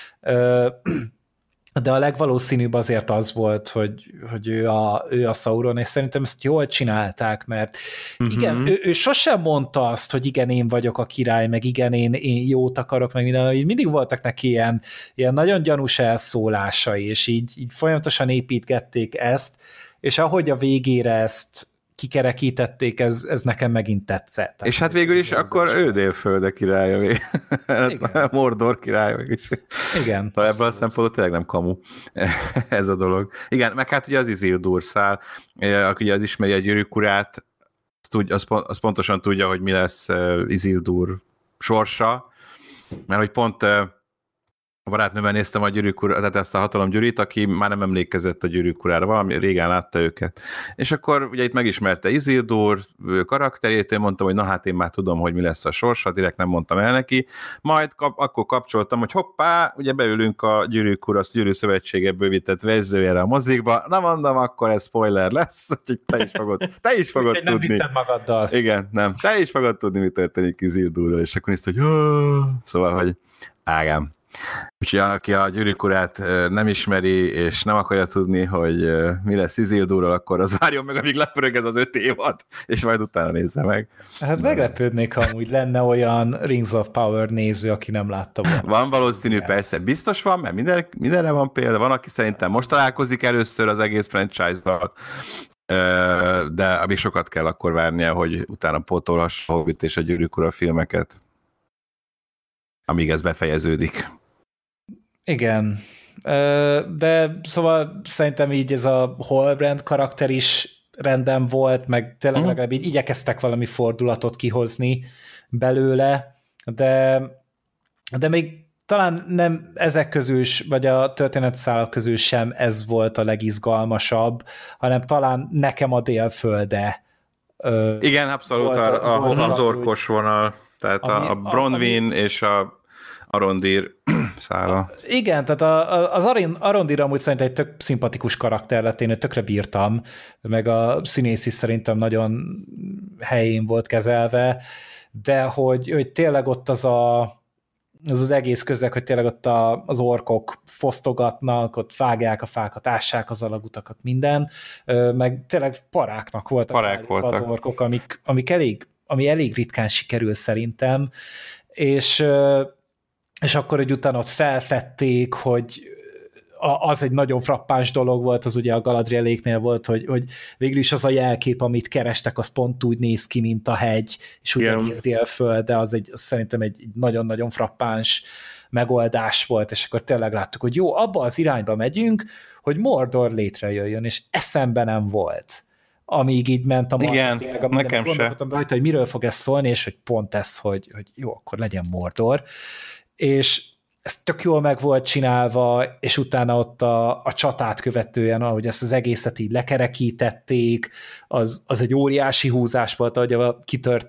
S1: De a legvalószínűbb azért az volt, hogy ő a Sauron, és szerintem ezt jól csinálták, mert igen, ő sosem mondta azt, hogy igen, én vagyok a király, meg igen, én jót akarok, meg minden, így mindig voltak neki ilyen nagyon gyanús elszólásai, és így folyamatosan építgették ezt, és ahogy a végére ezt kikerekítették, ez nekem megint tetszett.
S3: És hát végül is akkor ő Délfölde királya, Mordor királya is.
S1: Igen.
S3: Ebből a szempontból tényleg nem kamu ez a dolog. Igen, meg hát ugye az Isildur szál, aki az ismeri a Gyűrűk urát, az pontosan tudja, hogy mi lesz Isildur sorsa, mert hogy pont a barátnőben néztem a Gyűrűk Ura, tehát ezt a Hatalom Gyűrűt, aki már nem emlékezett a Gyűrűk Urára, valami régen látta őket. És akkor ugye itt megismerte Isildur karakterét, én mondtam, hogy na hát én már tudom, hogy mi lesz a sorsa, direkt nem mondtam el neki, majd akkor kapcsoltam, hogy hoppá, ugye beülünk a Gyűrűk Ura, Gyűrű Szövetsége bővített verziójára a mozikba, na mondom, akkor ez spoiler lesz, úgyhogy te is fogod tudni.
S1: Nem magaddal.
S3: Igen, nem, te is fogod tudni, mi történik Isildurral, és akkor nézte, hogy szóval, hogy ágám. Úgyhogy aki a Gyűrűk Urát nem ismeri, és nem akarja tudni, hogy mi lesz Isildurral, akkor az várjon meg, amíg lepörög ez az 5 évad, és majd utána nézze meg.
S1: Hát meglepődnék, ha amúgy lenne olyan Rings of Power néző, aki nem látta volna.
S3: Van valószínű, persze, biztos van, mert mindenre van példa, van, aki szerintem most találkozik először az egész franchise-val, de még sokat kell akkor várnia, hogy utána pótolhassa a Hobbit és a Gyűrűk Ura filmeket, amíg ez befejeződik.
S1: Igen, de szóval szerintem így ez a Halbrand karakter is rendben volt, meg tényleg legalább így igyekeztek valami fordulatot kihozni belőle, de még talán nem ezek közül, vagy a történetszálak közül sem ez volt a legizgalmasabb, hanem talán nekem a Délfölde.
S3: Igen, abszolút az orkos vonal, tehát a Bronwyn és a Arondir szála.
S1: Igen, tehát az Arondir amúgy szerintem egy tök szimpatikus karakter lett, én tökre bírtam, meg a színész is szerintem nagyon helyén volt kezelve, de hogy tényleg ott az egész közeg, hogy tényleg ott az orkok fosztogatnak, ott vágják a fákat, ássák az alagutakat, minden, meg tényleg paráknak voltak az orkok, ami elég ritkán sikerül szerintem, és akkor, hogy utána ott felfedték, hogy az egy nagyon frappáns dolog volt, az ugye a Galadrieléknél volt, hogy végül is az a jelkép, amit kerestek, az pont úgy néz ki, mint a hegy, és úgy egész Délföld, de az szerintem egy nagyon-nagyon frappáns megoldás volt, és akkor tényleg láttuk, hogy jó, abba az irányba megyünk, hogy Mordor létrejöjjön, és eszembe nem volt, amíg így ment a
S3: Igen, nekem se.
S1: Gondolkodtam rajta, hogy miről fog ez szólni, és hogy pont ez, hogy jó, akkor legyen Mordor. És ez tök jól meg volt csinálva, és utána ott a csatát követően, ahogy ezt az egészet így lekerekítették, az egy óriási húzás volt, ahogy kitört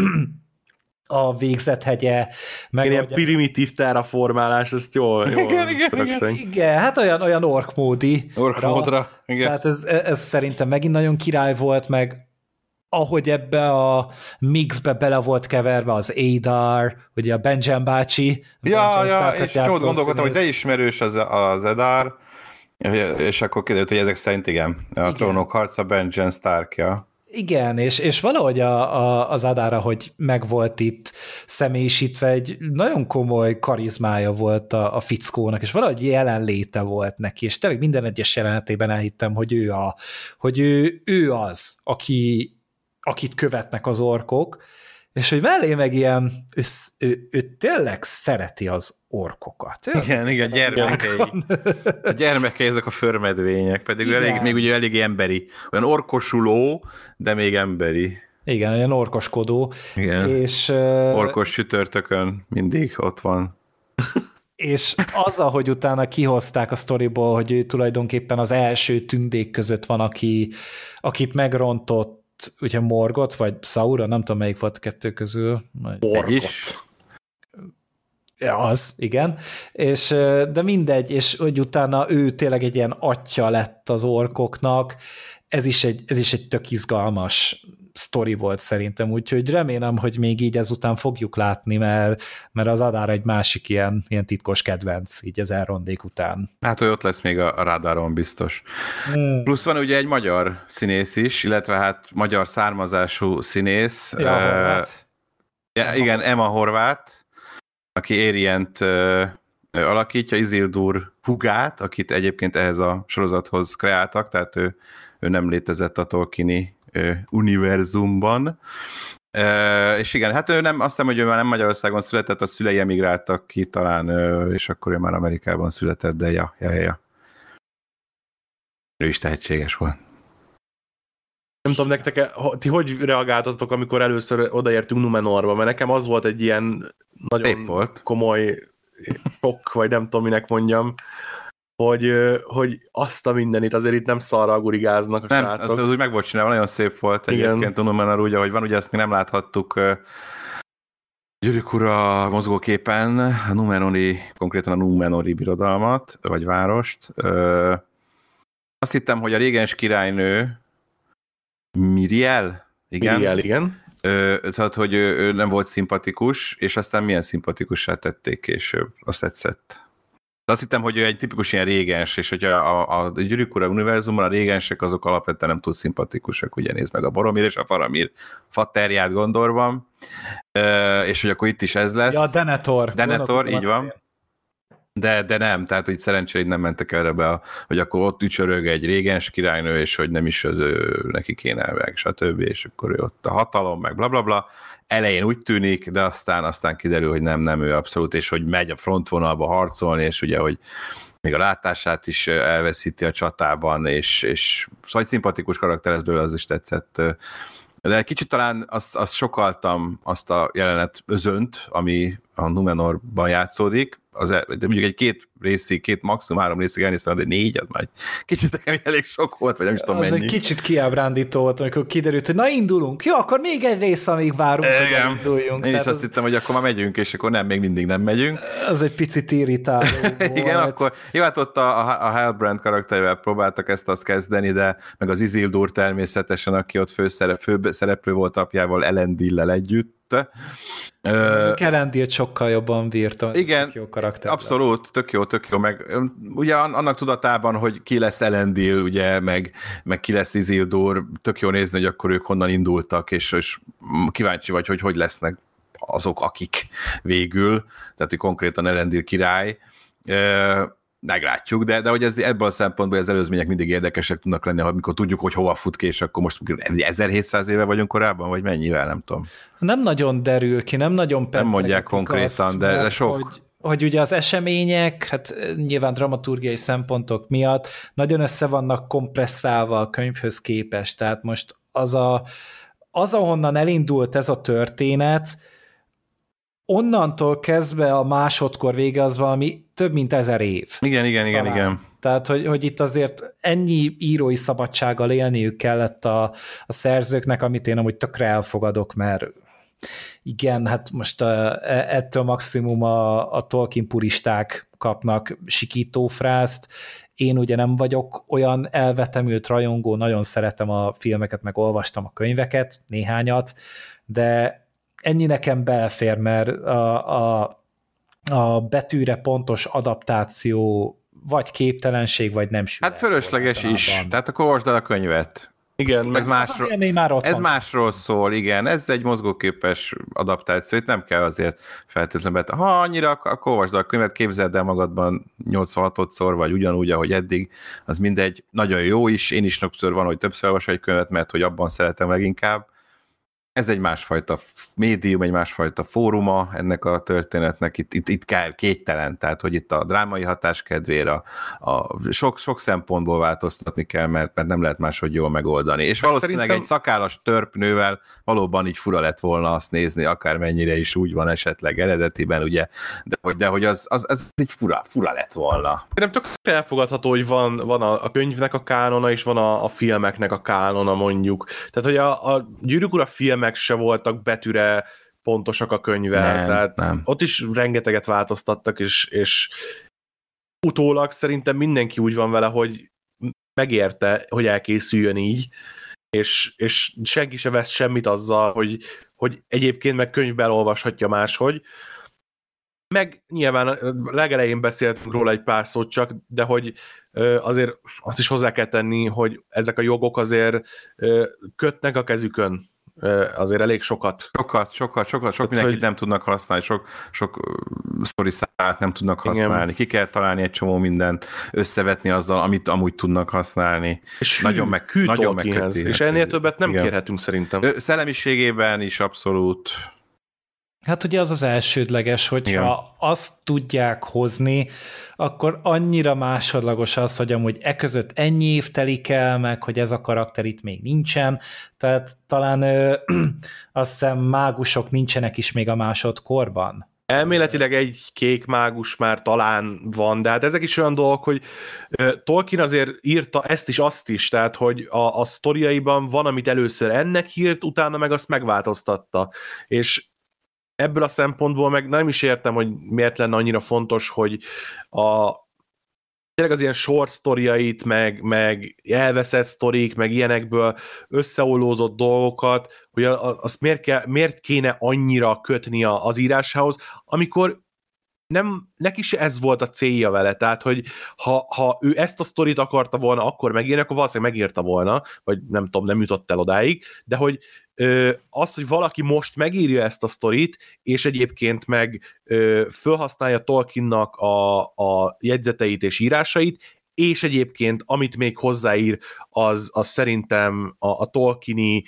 S1: a végzethegye. Meg
S2: ilyen primitív terraformálás, ezt jól
S1: igen, hát olyan ork-módi.
S3: Ork-módra, igen.
S1: Tehát ez szerintem megint nagyon király volt, meg ahogy ebbe a mixbe bele volt keverve az Adar, ugye a Benjen bácsi.
S3: Ja, és nyomot gondolkodtam, hogy de ismerős az Adar, és akkor kiderült, hogy ezek szerint igen. A Trónok harca Benjen Starkja.
S1: Igen, és valahogy az Adára, hogy megvolt itt személyisítve, egy nagyon komoly karizmája volt a fickónak, és valahogy jelenléte volt neki, és tényleg minden egyes jelenetében elhittem, hogy ő az, akit követnek az orkok, és hogy mellé meg ilyen, ő tényleg szereti az orkokat.
S3: Igen, gyermekei. A gyermekei ezek a förmedvények, pedig még ugye eléggé emberi. Olyan orkosuló, de még emberi.
S1: Igen, olyan orkoskodó.
S3: Igen, és, orkos csütörtökön mindig ott van.
S1: És az, ahogy utána kihozták a sztoriból, hogy ő tulajdonképpen az első tündék között van, akit megrontott ugye Morgoth, vagy Sauron, nem tudom, melyik volt a kettő közül.
S3: Morgoth.
S1: Ja, az, igen. És, de mindegy, és hogy utána ő tényleg egy ilyen atya lett az orkoknak, ez is egy tök izgalmas sztori volt szerintem, úgyhogy remélem, hogy még így ezután fogjuk látni, mert az Adár egy másik ilyen titkos kedvenc, így az Elrondék után.
S3: Hát, hogy ott lesz még a rádáron biztos. Plusz van ugye egy magyar színész is, illetve hát magyar származású színész. Igen, Emma Horváth, aki Érient alakítja, Isildur hugát, akit egyébként ehhez a sorozathoz kreáltak, tehát ő nem létezett a Tolkieni univerzumban. És igen, hát ő nem, azt hiszem, hogy ő már nem Magyarországon született, a szülei emigráltak ki talán, és akkor ő már Amerikában született, de ja. Ő is tehetséges volt.
S2: Nem tudom, nektek, ti hogy reagáltatok, amikor először odaértünk Numenorba, mert nekem az volt egy ilyen nagyon komoly sok, vagy nem tudom, minek mondjam, hogy azt a mindenit, azért itt nem szarra gurigáznak a srácok.
S3: Nem, az úgy meg volt csinálva, nagyon szép volt egyébként a Numenor úgy, ahogy van, ugye azt mi nem láthattuk Gyűrűk ura mozgóképen, konkrétan a Numenori birodalmat, vagy várost. Azt hittem, hogy a régens királynő Miriel?
S2: Igen.
S3: Tehát, hogy ő nem volt szimpatikus, és aztán milyen szimpatikussá tették később. Azt tetszett. De azt hittem, hogy ő egy tipikus ilyen régens, és hogy a Gyűrűk ura univerzumban a régensek azok alapvetően nem túl szimpatikusak, ugye nézd meg a Boromir és a Faramir faterját Gondorban, és hogy akkor itt is ez lesz.
S1: Ja, Denethor,
S3: így van. De nem, tehát hogy szerencsére nem mentek erre be, hogy akkor ott ücsörög egy régens királynő, és hogy nem is neki kéne meg, stb. És akkor ő ott a hatalom, meg blablabla. Elején úgy tűnik, de aztán kiderül, hogy nem ő abszolút, és hogy megy a frontvonalba harcolni, és ugye, hogy még a látását is elveszíti a csatában, és szóval egy szimpatikus karakter, ez belőle az is tetszett. De kicsit talán azt sokaltam, azt a jelenet özönt, ami a Numenorban játszódik, de mondjuk két maximum 3 részig elnéztem, de 4, az már kicsit nekem elég sok volt, vagy nem is tudom
S1: az
S3: mennyi.
S1: Egy kicsit kiábrándító volt, amikor kiderült, hogy na indulunk, jó, akkor még egy rész, amíg várunk, hogy induljunk.
S3: Én is azt hittem, hogy akkor már megyünk, és akkor még mindig nem megyünk.
S1: Az egy picit irritáló volt.
S3: Igen, akkor jó, hát ott a Halbrand karakterével próbáltak ezt-azt kezdeni, de meg az Isildur természetesen, aki ott főszereplő volt apjával, Elendillel együtt.
S1: Elendilt sokkal jobban bírta.
S3: Igen,
S1: tök jó karakter.
S3: Abszolút, tök jó, meg ugye annak tudatában, hogy ki lesz Elendil, ugye, meg ki lesz Isildur, tök jó nézni, hogy akkor ők honnan indultak, és kíváncsi vagy, hogy lesznek azok, akik végül, tehát hogy konkrétan Elendil király, meglátjuk, de hogy ebből a szempontból az előzmények mindig érdekesek tudnak lenni, amikor tudjuk, hogy hova fut ki, és akkor most 1700 éve vagyunk korábban, vagy mennyivel, nem tudom.
S1: Nem nagyon derül ki, nem nagyon
S3: nem mondják konkrétan,
S1: azt,
S3: de sok.
S1: hogy ugye az események, hát nyilván dramaturgiai szempontok miatt nagyon össze vannak kompresszálva a könyvhöz képest, tehát most az ahonnan elindult ez a történet, onnantól kezdve a másodkor vége az valami több mint 1000 év.
S3: Igen.
S1: Tehát, hogy itt azért ennyi írói szabadsággal élniük kellett a szerzőknek, amit én amúgy tökre elfogadok, mert igen, hát most ettől maximum a Tolkien puristák kapnak sikítófrázt. Én ugye nem vagyok olyan elvetemült rajongó, nagyon szeretem a filmeket, meg olvastam a könyveket, néhányat, de ennyi nekem belefér, mert a betűre pontos adaptáció vagy képtelenség, vagy nem sül.
S3: Hát fölösleges is, tehát akkor olvasd el a könyvet.
S2: Igen,
S3: ez másról szól, igen, ez egy mozgóképes adaptáció, itt nem kell azért feltétlenül, ha annyira, akkor olvasd el a könyvet, képzeld el magadban 86-szor, vagy ugyanúgy, ahogy eddig, az mindegy, nagyon jó is, én is többször van, hogy többször olvasok egy könyvet, mert hogy abban szeretem leginkább. Ez egy másfajta médium, egy másfajta fóruma ennek a történetnek, itt kell kételen, tehát hogy itt a drámai hatás kedvére sok szempontból változtatni kell, mert nem lehet máshogy jól megoldani. És valószínűleg egy szakállas törpnővel valóban így fura lett volna azt nézni, akármennyire is úgy van esetleg eredetiben, ugye, de hogy az így fura lett volna.
S2: Nem tök elfogadható, hogy van a könyvnek a kánona, és van a filmeknek a kánona, mondjuk. Tehát, hogy a Gyűrűk Ura filmek se voltak betűre pontosak a könyvvel, tehát nem. Ott is rengeteget változtattak, és utólag szerintem mindenki úgy van vele, hogy megérte, hogy elkészüljön így, és senki se vesz semmit azzal, hogy egyébként meg könyvben olvashatja máshogy. Meg nyilván legelején beszéltünk róla egy pár szót csak, de hogy azért azt is hozzá kell tenni, hogy ezek a jogok azért kötnek a kezükön azért elég sokat.
S3: Sok mindenkit nem tudnak használni, sok sztori szállat nem tudnak használni. Igen. Ki kell találni egy csomó mindent, összevetni azzal, amit amúgy tudnak használni.
S2: És nagyon megköti. És ennél többet nem kérhetünk szerintem.
S3: Szellemiségében is abszolút.
S1: Hát ugye az elsődleges, hogyha azt tudják hozni, akkor annyira másodlagos az, hogy amúgy között ennyi év telik el, meg hogy ez a karakter itt még nincsen, tehát talán azt hiszem mágusok nincsenek is még a másodkorban.
S2: Elméletileg egy kék mágus már talán van, de hát ezek is olyan dolgok, hogy Tolkien azért írta ezt is, azt is, tehát hogy a sztoriaiban van, amit először ennek írt, utána meg azt megváltoztatta, és ebből a szempontból meg nem is értem, hogy miért lenne annyira fontos, hogy tényleg az ilyen short sztoriait, meg elveszett sztorik, meg ilyenekből összeollózott dolgokat, hogy azt miért kéne annyira kötni az írásához, amikor neki se ez volt a célja vele, tehát, hogy ha ő ezt a sztorit akarta volna akkor megírni, akkor valószínűleg megírta volna, vagy nem tudom, nem jutott el odáig, de hogy az, hogy valaki most megírja ezt a sztorit, és egyébként meg felhasználja Tolkiennak a jegyzeteit és írásait, és egyébként amit még hozzáír, az szerintem a Tolkieni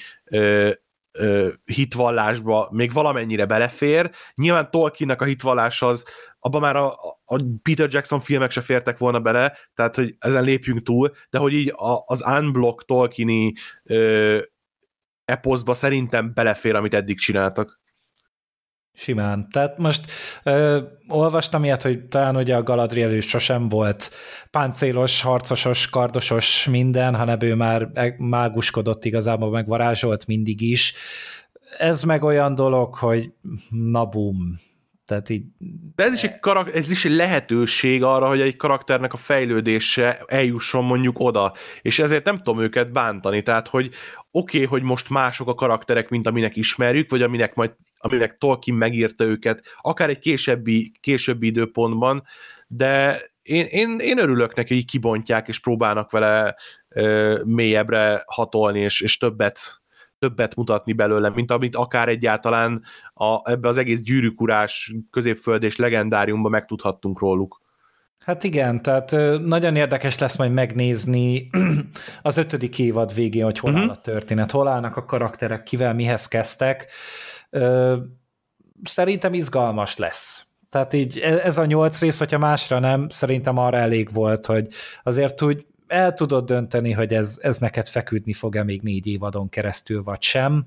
S2: hitvallásba még valamennyire belefér. Nyilván Tolkiennek a hitvallás az, abban már a Peter Jackson filmek se fértek volna bele, tehát hogy ezen lépjünk túl, de hogy így az unblock Tolkieni eposzba szerintem belefér, amit eddig csináltak.
S1: Simán. Tehát most olvastam ilyet, hogy talán ugye a Galadriel sosem volt páncélos, harcosos, kardosos minden, hanem ő már máguskodott igazából, meg varázsolt mindig is. Ez meg olyan dolog, hogy na bum. Tehát így...
S2: De ez is egy lehetőség arra, hogy egy karakternek a fejlődése eljusson mondjuk oda, és ezért nem tudom őket bántani, tehát hogy oké, hogy most mások a karakterek, mint aminek ismerjük, vagy aminek Tolkien megírta őket, akár egy későbbi időpontban, de én örülök neki, hogy kibontják, és próbálnak vele mélyebbre hatolni, és többet mutatni belőle, mint amit akár egyáltalán ebbe az egész gyűrűkurás középföld és legendáriumban megtudhattunk róluk.
S1: Hát igen, tehát nagyon érdekes lesz majd megnézni az 5. évad végén, hogy hol áll a történet, hol állnak a karakterek, kivel, mihez kezdtek. Szerintem izgalmas lesz. Tehát így ez a 8 rész, hogyha másra nem, szerintem arra elég volt, hogy azért úgy el tudod dönteni, hogy ez neked feküdni fog-e még 4 évadon keresztül, vagy sem.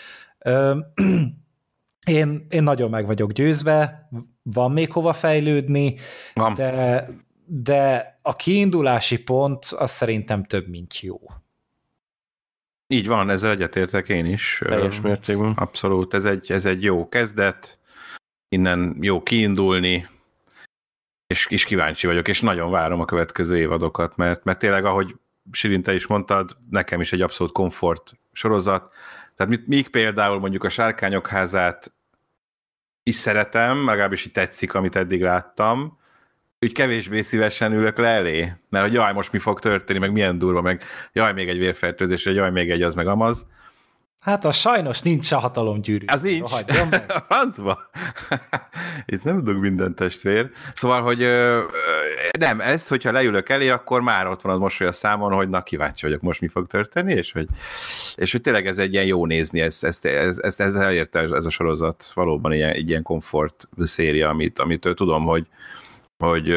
S1: Én nagyon meg vagyok győzve, van még hova fejlődni,
S3: Van.
S1: de a kiindulási pont az szerintem több, mint jó.
S3: Így van, ezzel egyetértek én is.
S2: Teljes mértékben.
S3: Abszolút, ez egy jó kezdet, innen jó kiindulni, és kíváncsi vagyok, és nagyon várom a következő évadokat, mert tényleg, ahogy Sirin, te is mondtad, nekem is egy abszolút komfort sorozat. Tehát míg például mondjuk a Sárkányok házát is szeretem, legalábbis így tetszik, amit eddig láttam, úgy kevésbé szívesen ülök le elé, mert hogy jaj, most mi fog történni, meg milyen durva, meg jaj, még egy vérfertőzés, vagy jaj, még egy az, meg amaz.
S1: Hát az sajnos nincs a hatalomgyűrű.
S3: Az nincs. A francba. Itt nem dug minden testvér. Szóval, hogy nem, ezt, hogyha leülök elé, akkor már ott van az mosoly a számon, hogy na, kíváncsi vagyok, most mi fog történni, és hogy tényleg ez egy ilyen jó nézni, ezt elérte ez a sorozat, valóban egy ilyen komfort széria, amit tudom, hogy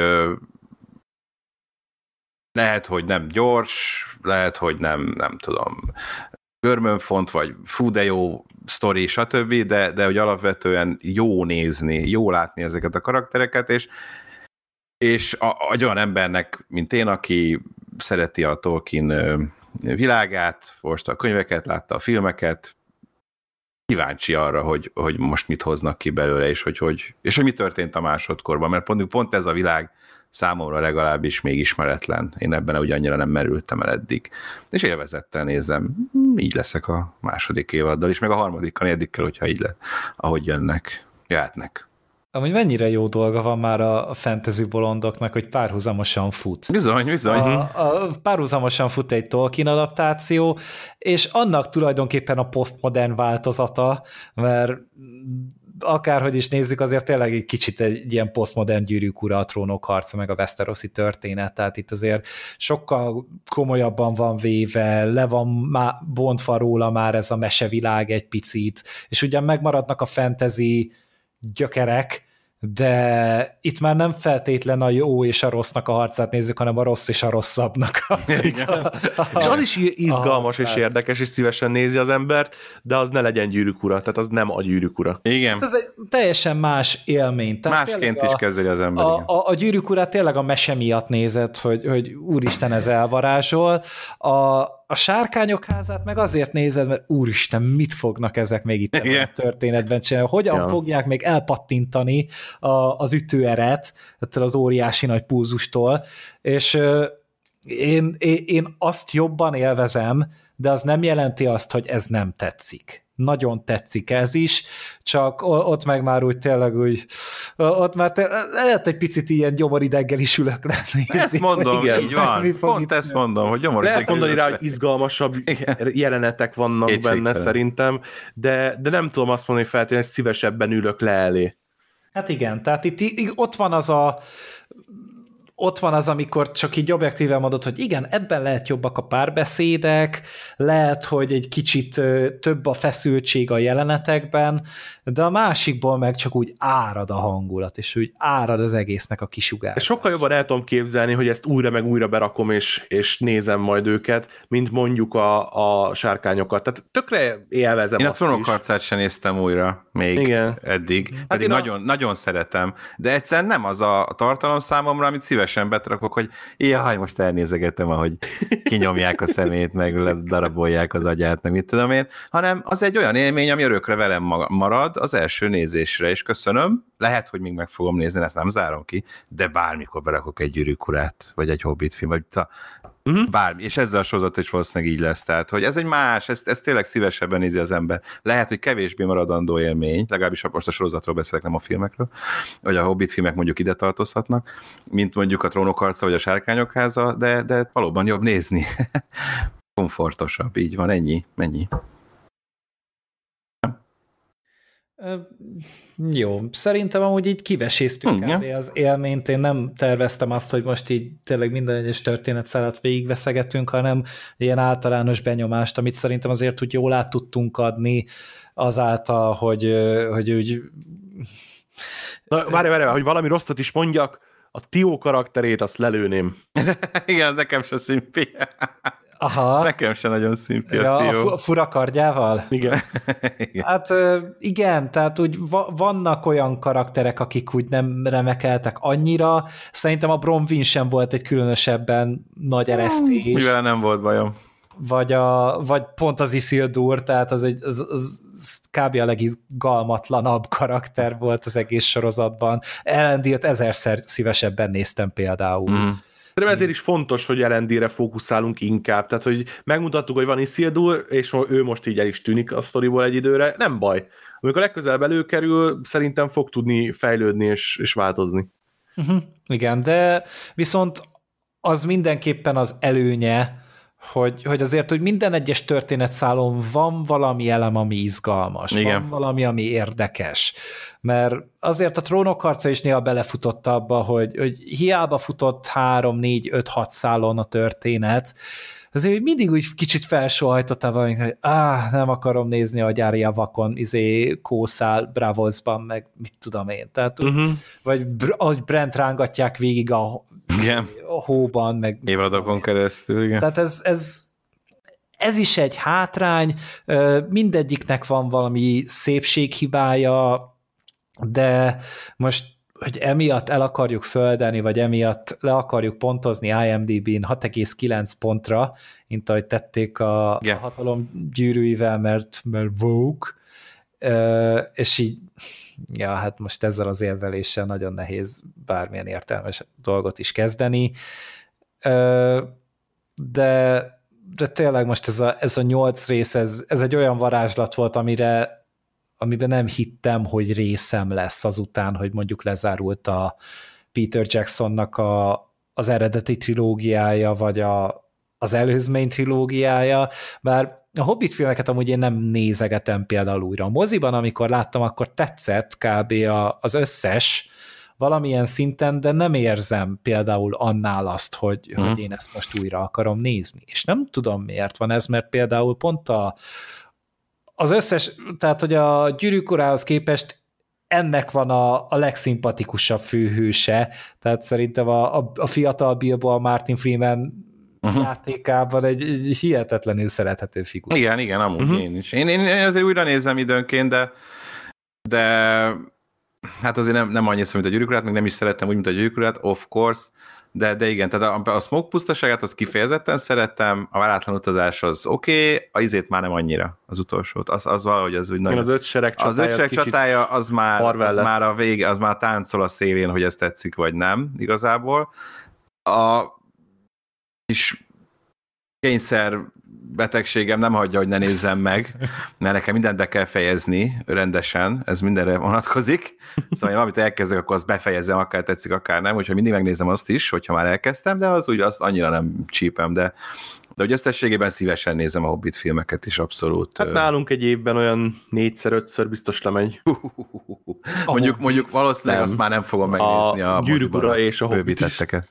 S3: lehet, hogy nem gyors, lehet, hogy nem tudom, görmönfont, vagy fú, de jó sztori, stb., de hogy alapvetően jó nézni, jó látni ezeket a karaktereket, és egy olyan embernek, mint én, aki szereti a Tolkien világát, olvasta a könyveket, látta a filmeket, kíváncsi arra, hogy most mit hoznak ki belőle, és hogy mi történt a másodkorban, mert pont ez a világ számomra legalábbis még ismeretlen. Én ebben ugye annyira nem merültem el eddig. És élvezettel nézem, így leszek a második évaddal is, meg a harmadikkal, negyedikkel, hogyha így lett, ahogy jöhetnek.
S1: Amúgy mennyire jó dolga van már a fantasy bolondoknak, hogy párhuzamosan fut.
S3: Bizony.
S1: A párhuzamosan fut egy Tolkien adaptáció, és annak tulajdonképpen a posztmodern változata, mert akárhogy is nézzük, azért tényleg egy kicsit egy ilyen posztmodern Gyűrűk ura, a Trónok harca, meg a Westerosi történet, tehát itt azért sokkal komolyabban van véve, le van bontva róla már ez a mesevilág egy picit, és ugyan megmaradnak a fantasy gyökerek, de itt már nem feltétlen a jó és a rossznak a harcát nézzük, hanem a rossz és a rosszabbnak a
S2: és az is izgalmas és érdekes, és szívesen nézi az embert, de az ne legyen Gyűrűk ura, tehát az nem a Gyűrűk ura.
S3: Igen.
S1: Ez egy teljesen más élmény. Tehát
S3: másként is kezeli az ember.
S1: A Gyűrűk urát tényleg a mese miatt nézett, hogy úristen, ez elvarázsol. A Sárkányok házát meg azért nézed, mert úristen, mit fognak ezek még itt a történetben csinálni? Hogyan fogják még elpattintani az ütőeret ettől az óriási nagy pulzustól, és én azt jobban élvezem, de az nem jelenti azt, hogy ez nem tetszik. Nagyon tetszik ez is, csak ott meg már úgy tényleg úgy, ott már lehet egy picit ilyen gyomorideggel is ülök lenni.
S3: Ezt mondom, igen, így van. Pont ezt mondom, hogy gyomorideggel.
S2: Lehet mondani rá, hogy izgalmasabb jelenetek vannak benne szerintem, de nem tudom azt mondani feltétlenül, hogy szívesebben ülök le elé.
S1: Hát igen, tehát itt ott van az, amikor csak így objektíven mondod, hogy igen, ebben lehet jobbak a párbeszédek, lehet, hogy egy kicsit több a feszültség a jelenetekben, de a másikból meg csak úgy árad a hangulat, és úgy árad az egésznek a kisugár.
S2: Sokkal jobban el tudom képzelni, hogy ezt újra meg újra berakom, és nézem majd őket, mint mondjuk a Sárkányokat. Tehát tökre élvezem.
S3: Én a Trónok harcát sem néztem újra még eddig, pedig nagyon szeretem, de egyszerűen nem az a tartalom számomra, amit szívesen betrakok, hogy jaj, most elnézegetem, ahogy kinyomják a szemét, meg darabolják az agyát, meg mit tudom én, hanem az egy olyan élmény, ami örökre velem marad az első nézésre, és köszönöm, lehet, hogy még meg fogom nézni, ezt nem zárom ki, de bármikor berakok egy Gyűrűk urát, vagy egy Hobbit film, vagy bármi, és ezzel a sorozat is valószínűleg így lesz, tehát, hogy ez egy más, ezt tényleg szívesebben nézi az ember. Lehet, hogy kevésbé maradandó élmény, legalábbis most a sorozatról beszélek, nem a filmekről, vagy a Hobbit filmek mondjuk ide tartozhatnak, mint mondjuk a Trónok harca, vagy a Sárkányok háza, de valóban jobb nézni. Komfortosabb, így van, ennyi.
S1: Jó, szerintem amúgy így kiveséztük kb. Az élményt, én nem terveztem azt, hogy most így tényleg minden egyes történetszálat végigveszegetünk, hanem ilyen általános benyomást, amit szerintem azért úgy jól át tudtunk adni azáltal, hogy úgy
S2: Na, várj, hogy valami rosszat is mondjak, a Tio karakterét azt lelőném.
S3: Igen, nekem se szimpi.
S1: Aha.
S3: Nekem se nagyon szimpi
S1: Ja,
S3: a Tio.
S1: a fura kardjával?
S2: Igen.
S1: Hát igen, tehát úgy vannak olyan karakterek, akik úgy nem remekeltek annyira. Szerintem a Bronwyn sem volt egy különösebben nagy eresztés.
S3: Mivel nem volt bajom.
S1: Vagy pont az Isildur, tehát az kb. A legizgalmatlanabb karakter volt az egész sorozatban. Elendírt 1000-szer szívesebben néztem például.
S3: Mm.
S2: De ezért is fontos, hogy Elendire fókuszálunk inkább, tehát hogy megmutattuk, hogy van Isildur, és ő most így el is tűnik a sztoriból egy időre, nem baj. Amikor legközelebb előkerül, szerintem fog tudni fejlődni és változni.
S1: Igen, de viszont az mindenképpen az előnye, hogy azért, hogy minden egyes történetszálon van valami elem, ami izgalmas,
S3: igen.
S1: Van valami, ami érdekes. Mert azért a Trónok harca is néha belefutott abba, hogy hiába futott 3, 4, 5, 6 szálon a történet, azért mindig úgy kicsit felsóhajtottál valami, hogy nem akarom nézni, hogy Arya vakon kószál Bravosban, meg mit tudom én. Tehát, vagy ahogy Brent rángatják végig a hóban, meg
S3: évadokon keresztül, igen.
S1: Tehát ez is egy hátrány, mindegyiknek van valami szépséghibája, de most, hogy emiatt el akarjuk földeni, vagy emiatt le akarjuk pontozni IMDb-n 6,9 pontra, mint ahogy tették a hatalom gyűrűivel, mert woke, és így hát most ezzel az érveléssel nagyon nehéz bármilyen értelmes dolgot is kezdeni, de tényleg most ez a 8 rész, ez egy olyan varázslat volt, amiben nem hittem, hogy részem lesz azután, hogy mondjuk lezárult a Peter Jacksonnak az eredeti trilógiája, vagy az előzmény trilógiája, bár a Hobbit filmeket amúgy én nem nézegetem például újra. A moziban, amikor láttam, akkor tetszett kb. Az összes valamilyen szinten, de nem érzem például annál azt, hogy én ezt most újra akarom nézni. És nem tudom, miért van ez, mert például pont az összes, tehát hogy a Gyűrűk urához képest ennek van a legszimpatikusabb főhőse, tehát szerintem a fiatal Bilbo, a Martin Freeman játékában egy hihetetlenül szerethető figura.
S3: Igen, amúgy én is. Én azért újra nézem időnként, de hát azért nem annyi szó, mint a Gyűrűk urát, meg nem is szerettem úgy, mint a Gyűrűk urát, of course, de igen, tehát a Smoke pusztaságát azt kifejezetten szerettem, a Váratlan utazás az oké, a izét már nem annyira, az utolsót, az valahogy az úgy nagyon...
S2: Az 5 sereg
S3: csatája az már a vége, az már táncol a szélén, hogy ez tetszik, vagy nem, igazából. A kis kényszer betegségem nem hagyja, hogy ne nézzem meg, mert nekem mindent be kell fejezni rendesen, ez mindenre vonatkozik, szóval én valamit elkezdek, akkor azt befejezem, akár tetszik, akár nem, úgyhogy mindig megnézem azt is, hogyha már elkezdtem, de az úgy azt annyira nem csípem, de hogy összességében szívesen nézem a Hobbit filmeket is, abszolút.
S2: Hát nálunk egy évben olyan 4-5-ször biztos lemegy.
S3: Mondjuk valószínűleg azt már nem fogom megnézni a
S2: Gyűrűk ura és a
S3: bővítetteket.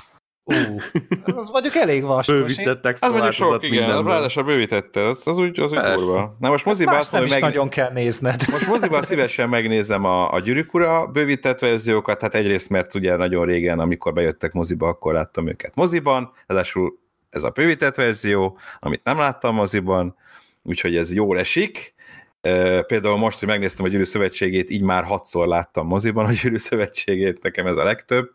S1: Az mondjuk elég vaskos.
S2: Bővítettek
S3: az mondjuk sok, igen, ráadásul bővítette, az úgy durva. Na most moziban azt
S1: mondom, hogy nagyon kell nézned.
S3: Most moziban szívesen megnézem a Gyűrűk ura bővített verziókat, hát egyrészt, mert ugye nagyon régen, amikor bejöttek moziba, akkor láttam őket moziban, ráadásul ez a bővített verzió, amit nem láttam moziban, úgyhogy ez jól esik. Például most, hogy megnéztem a Gyűrű Szövetségét, így már 6-szor láttam moziban a Gyűrű Szövetségét, nekem ez a legtöbb,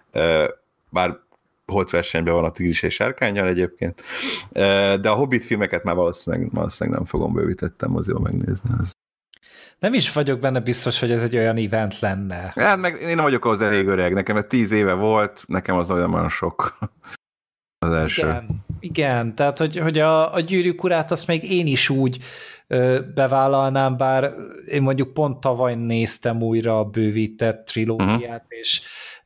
S3: bár holtversenyben van a Tigris és Sárkánnyal egyébként, de a Hobbit filmeket már valószínűleg nem fogom bővítettem moziban megnézni.
S1: Nem is vagyok benne biztos, hogy ez egy olyan event lenne.
S3: Hát meg én nem vagyok az elég öreg, nekem 10 éve volt, nekem az olyan sok az első.
S1: Igen, tehát hogy a Gyűrűk urát azt még én is úgy bevállalnám, bár én mondjuk pont tavaly néztem újra a bővített trilógiát, és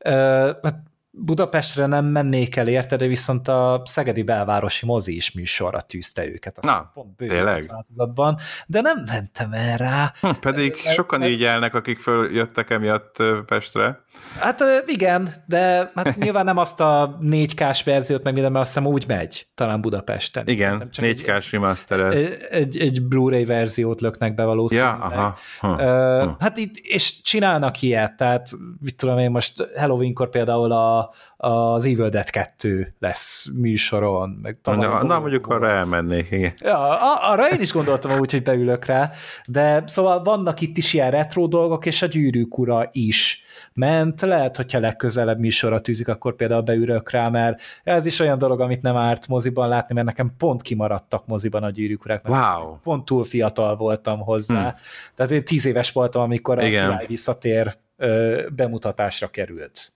S1: Budapestre nem mennék el érte, de viszont a Szegedi Belvárosi Mozi is műsorra tűzte őket.
S3: Na,
S1: pont bővített változatban, de nem mentem el rá.
S3: Pedig sokan így elnek, akik följöttek emiatt Pestre.
S1: Hát igen, de hát nyilván nem azt a 4K-s verziót, meg minden, mert azt hiszem úgy megy, talán Budapesten.
S3: Igen, 4K-s remastered.
S1: Egy Blu-ray verziót löknek be valószínűleg.
S3: Ja, aha.
S1: Hát itt, és csinálnak ilyet, tehát mit tudom én most Halloweenkor például az Evil Dead 2 lesz műsoron. Meg
S3: na mondjuk arra elmennék, igen.
S1: Ja, arra én is gondoltam úgy, hogy beülök rá, de szóval vannak itt is ilyen retro dolgok, és a Gyűrűk ura is ment, lehet, hogyha legközelebb műsorra tűzik, akkor például beülök rá, mert ez is olyan dolog, amit nem árt moziban látni, mert nekem pont kimaradtak moziban a Gyűrűk urák, mert pont túl fiatal voltam hozzá. Tehát én 10 éves voltam, amikor a Király visszatér bemutatásra került.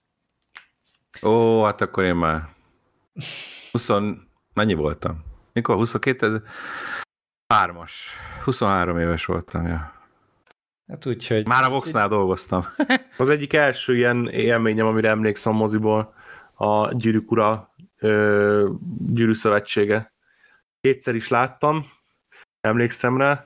S3: Ó, hát akkor én már 20, mennyi voltam? Mikor? 22? 3-as. 23 éves voltam, ja.
S1: Hát úgyhogy...
S3: Már a Voxnál dolgoztam.
S2: Az egyik első ilyen élményem, amire emlékszem moziból, a Gyűrűk ura Gyűrű szövetsége. 2-szer is láttam, emlékszem rá,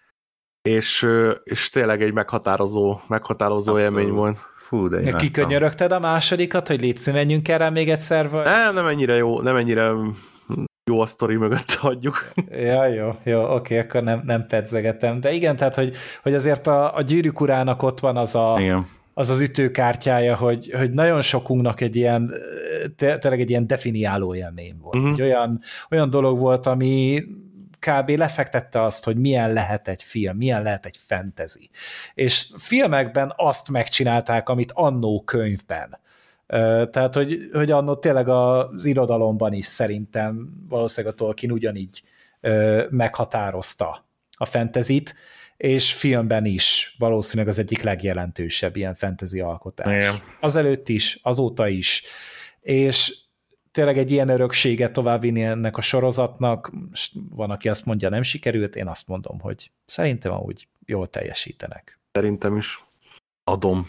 S2: és tényleg egy meghatározó élmény volt.
S3: Fú, de én
S1: kikönyörögted a másodikat, hogy légy menjünk el rá még egyszer? Vagy?
S2: Nem ennyire jó a sztori mögött hagyjuk.
S1: Ja, jó, oké, akkor nem pedzegetem. De igen, tehát, hogy azért a Gyűrűk urának ott van az ütőkártyája, hogy nagyon sokunknak egy ilyen, tényleg egy ilyen definiáló élmény volt. Egy olyan dolog volt, ami kb. Lefektette azt, hogy milyen lehet egy film, milyen lehet egy fantasy. És filmekben azt megcsinálták, amit annó könyvben. Tehát, hogy annó tényleg az irodalomban is szerintem valószínűleg a Tolkien ugyanígy meghatározta a fantasyt, és filmben is valószínűleg az egyik legjelentősebb ilyen fantasy alkotás.
S2: Igen.
S1: Azelőtt is, azóta is. És tényleg egy ilyen örökséget továbbvinni ennek a sorozatnak, van, aki azt mondja, nem sikerült, én azt mondom, hogy szerintem amúgy jól teljesítenek.
S2: Szerintem is. Adom.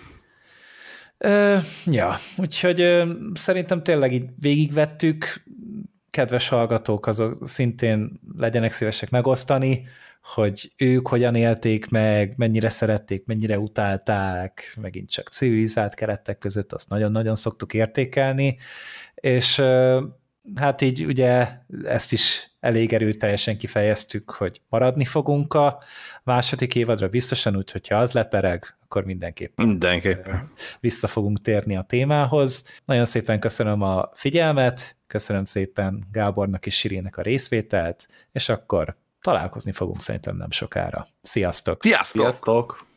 S1: Ja, úgyhogy szerintem tényleg így végigvettük, kedves hallgatók, azok szintén legyenek szívesek megosztani, hogy ők hogyan élték meg, mennyire szerették, mennyire utálták, megint csak civilizált keretek között, azt nagyon-nagyon szoktuk értékelni, és hát így ugye ezt is elég erőteljesen kifejeztük, hogy maradni fogunk a második évadra biztosan, úgy, hogyha az lepereg, akkor mindenképpen vissza fogunk térni a témához. Nagyon szépen köszönöm a figyelmet, köszönöm szépen Gábornak és Sirének a részvételt, és akkor találkozni fogunk szerintem nem sokára. Sziasztok!
S2: Sziasztok!